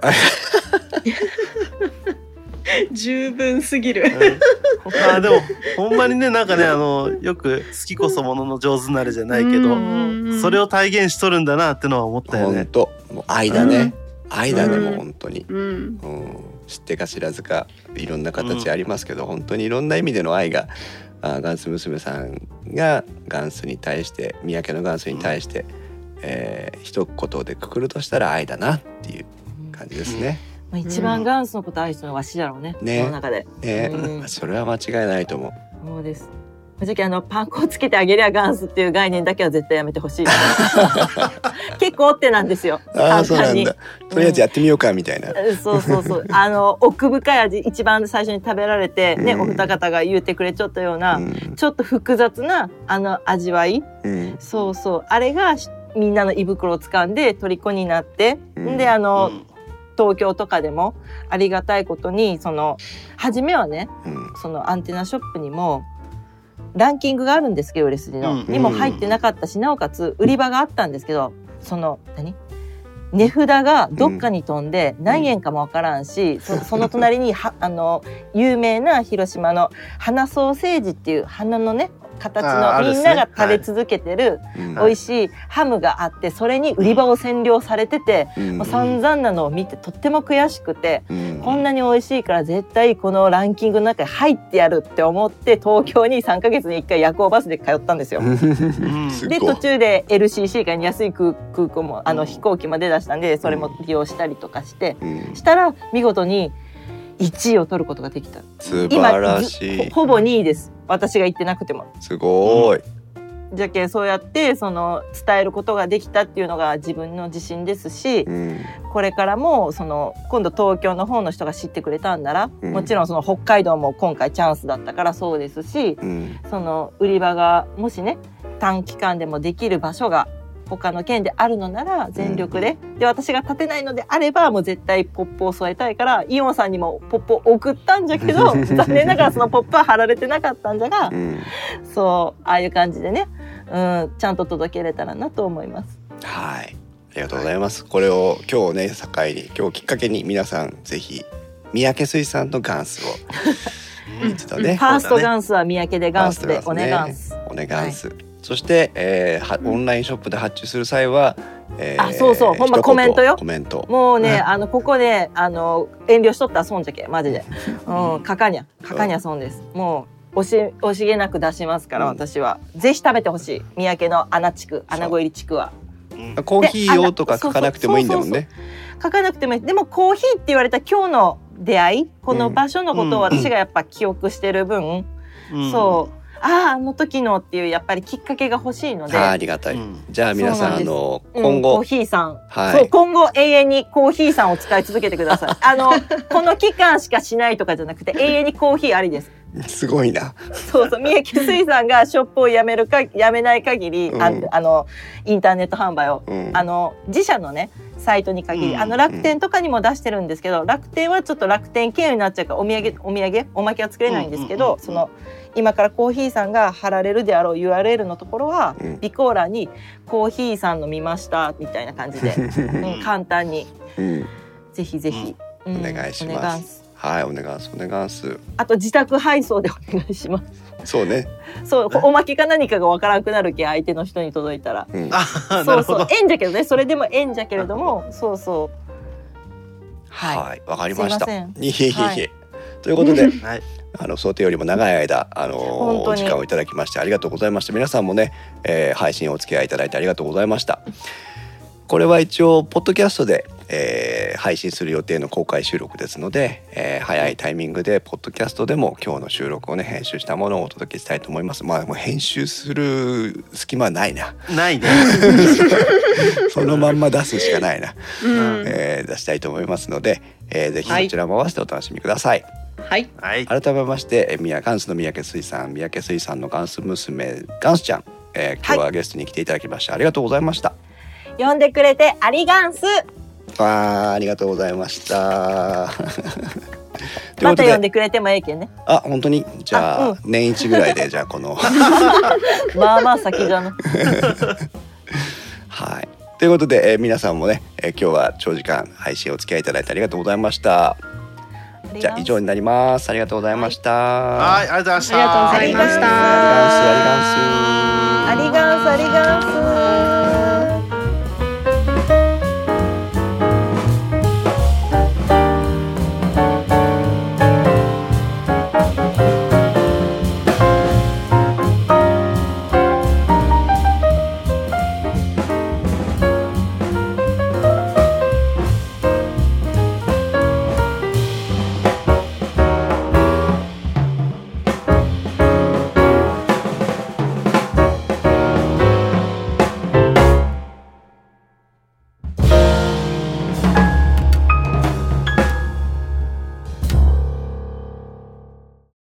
十分すぎる、 うん、あでもほんまにねなんかねあのよく好きこそものの上手になるじゃないけどそれを体現しとるんだなってのは思ったよね。 本当もう愛だね、うん、愛だね、うん、もう本当に、うんうん、知ってか知らずかいろんな形ありますけど、うん、本当にいろんな意味での愛があガンス娘さんがガンスに対して三宅のガンスに対して、うんえー、一言でくくるとしたら愛だなっていう感じですね、 うん、一番ガンスのこと愛してるのはわしだろうね、 ねこの中で、 ねうん、それは間違いないと思う。 そうです。じゃあのパン粉をつけてあげりゃガンスっていう概念だけは絶対やめてほしい結構ってなんですよ。 あそうなんだ。とりあえずやってみようかみたいな、 うん、そうそうそうあの奥深い味一番最初に食べられてね、うん、お二方が言ってくれちゃったような、うん、ちょっと複雑なあの味わい、うん、そうそうあれがみんなの胃袋を掴んで虜になって、うん、であの、うん、東京とかでもありがたいことにその初めはね、うん、そのアンテナショップにもランキングがあるんですけど売れ筋の、うん、にも入ってなかったしなおかつ売り場があったんですけどその何値札がどっかに飛んで何円かもわからんし、うん、そ, その隣にはあの有名な広島の花ソーセージっていう花のね形のみんなが食べ続けてる美味しいハムがあってそれに売り場を占領されてて、うん、もう散々なのを見てとっても悔しくて、うん、こんなに美味しいから絶対このランキングの中に入ってやるって思って東京にさんかげつにいっかい夜行バスで通ったんですよで途中で エルシーシー から安い 空, 空港もあの飛行機も出だしたんでそれも利用したりとかして、うん、したら見事にいちいを取ることができた。 素晴らしい。 ほ, ほぼにいです。私が言ってなくても。 すごい、 うん、じゃけそうやってその伝えることができたっていうのが自分の自信ですし、うん、これからもその今度東京の方の人が知ってくれたんなら、うん、もちろんその北海道も今回チャンスだったからそうですし、うん、その売り場がもしね短期間でもできる場所が他の県であるのなら全力で、うん、で私が立てないのであればもう絶対ポップを添えたいからイオンさんにもポップを送ったんじゃけど残念ながらそのポップは貼られてなかったんじゃが、うん、そうああいう感じでね、うん、ちゃんと届けれたらなと思います。 はい、ありがとうございます。これを今日ね境に今日きっかけに皆さんぜひ三宅水産のガンスを一度ねファーストガンスは三宅でガンスでおねガンスおねガンス、はい、そして、えー、オンラインショップで発注する際は、えー、 あそうそうほんまコメントよコメントもうね、うん、あのここであの遠慮しとったら損じゃけマジで、うん、かかにゃかかにゃ損です、うん、もう惜し惜しげなく出しますから、うん、私はぜひ食べてほしい三宅の穴地区穴子入り地区は、 うん、コーヒー用とか書かなくてもいいんだもんね。 書かなくてもいい。でもコーヒーって言われた今日の出会いこの場所のことを私がやっぱ記憶してる分、うん、そうあああの時のっていうやっぱりきっかけが欲しいので、 あ, ありがたい、うん、じゃあ皆さんあの今後、 うん、コーヒーさん、 はい、 そう今後永遠にコーヒーさんを使い続けてくださいあのこの期間しかしないとかじゃなくて永遠にコーヒーありです。 すごいな。 そうそう三重県水産がショップをやめるかやめない限り、うん、あ, あのインターネット販売を、うん、あの自社のねサイトに限り、うん、あの楽天とかにも出してるんですけど、うん、楽天はちょっと楽天経由になっちゃうからお土産お土産おまけは作れないんですけど、その今からコーヒーさんが貼られるであろう ユーアールエル のところは、うん、備考欄にコーヒーさんの見ましたみたいな感じで、うん、簡単に、うん、ぜひぜひ、 うん、お願いします。はい、お願いします。お願いします。 あと自宅配送でお願いします。 そうね。 そう、おまけか何かがわからなくなるけ相手の人に届いたら。うん、そうそう、ええんじゃけどね、それでもええんじゃけれども、そうそう。 はい、わ、はい、かりました。いえいえいえ、 はい、 ということで、はい、あの想定よりも長い間あのお時間をいただきましてありがとうございました。皆さんもね、えー、配信お付き合いいただいてありがとうございました。これは一応ポッドキャストで、えー、配信する予定の公開収録ですので、えー、早いタイミングでポッドキャストでも今日の収録をね編集したものをお届けしたいと思います。まあもう編集する隙間はないな。 ないね。 そのまんま出すしかないな。うんえー、出したいと思いますので、えー、ぜひそちらも合わせてお楽しみください。 はい。 改めまして宮ガンスの三宅水産三宅水産のガンス娘ガンスちゃん、えー、今日はゲストに来ていただきまして、はい、ありがとうございました。 呼んでくれてありがんす。 あ, ありがとうございましたまた呼んでくれてもええけんね。 あ、本当にじゃあ、うん、年一ぐらいでじゃあこのまあまあ先じゃなはい、ということで、えー、皆さんもね、えー、今日は長時間配信お付き合いいただいてありがとうございました。じゃあ以上になります。ありがとうございました。 はい、ありがとうございました。 ありがとうございました。 ありがんすありがんすありがんすありがんす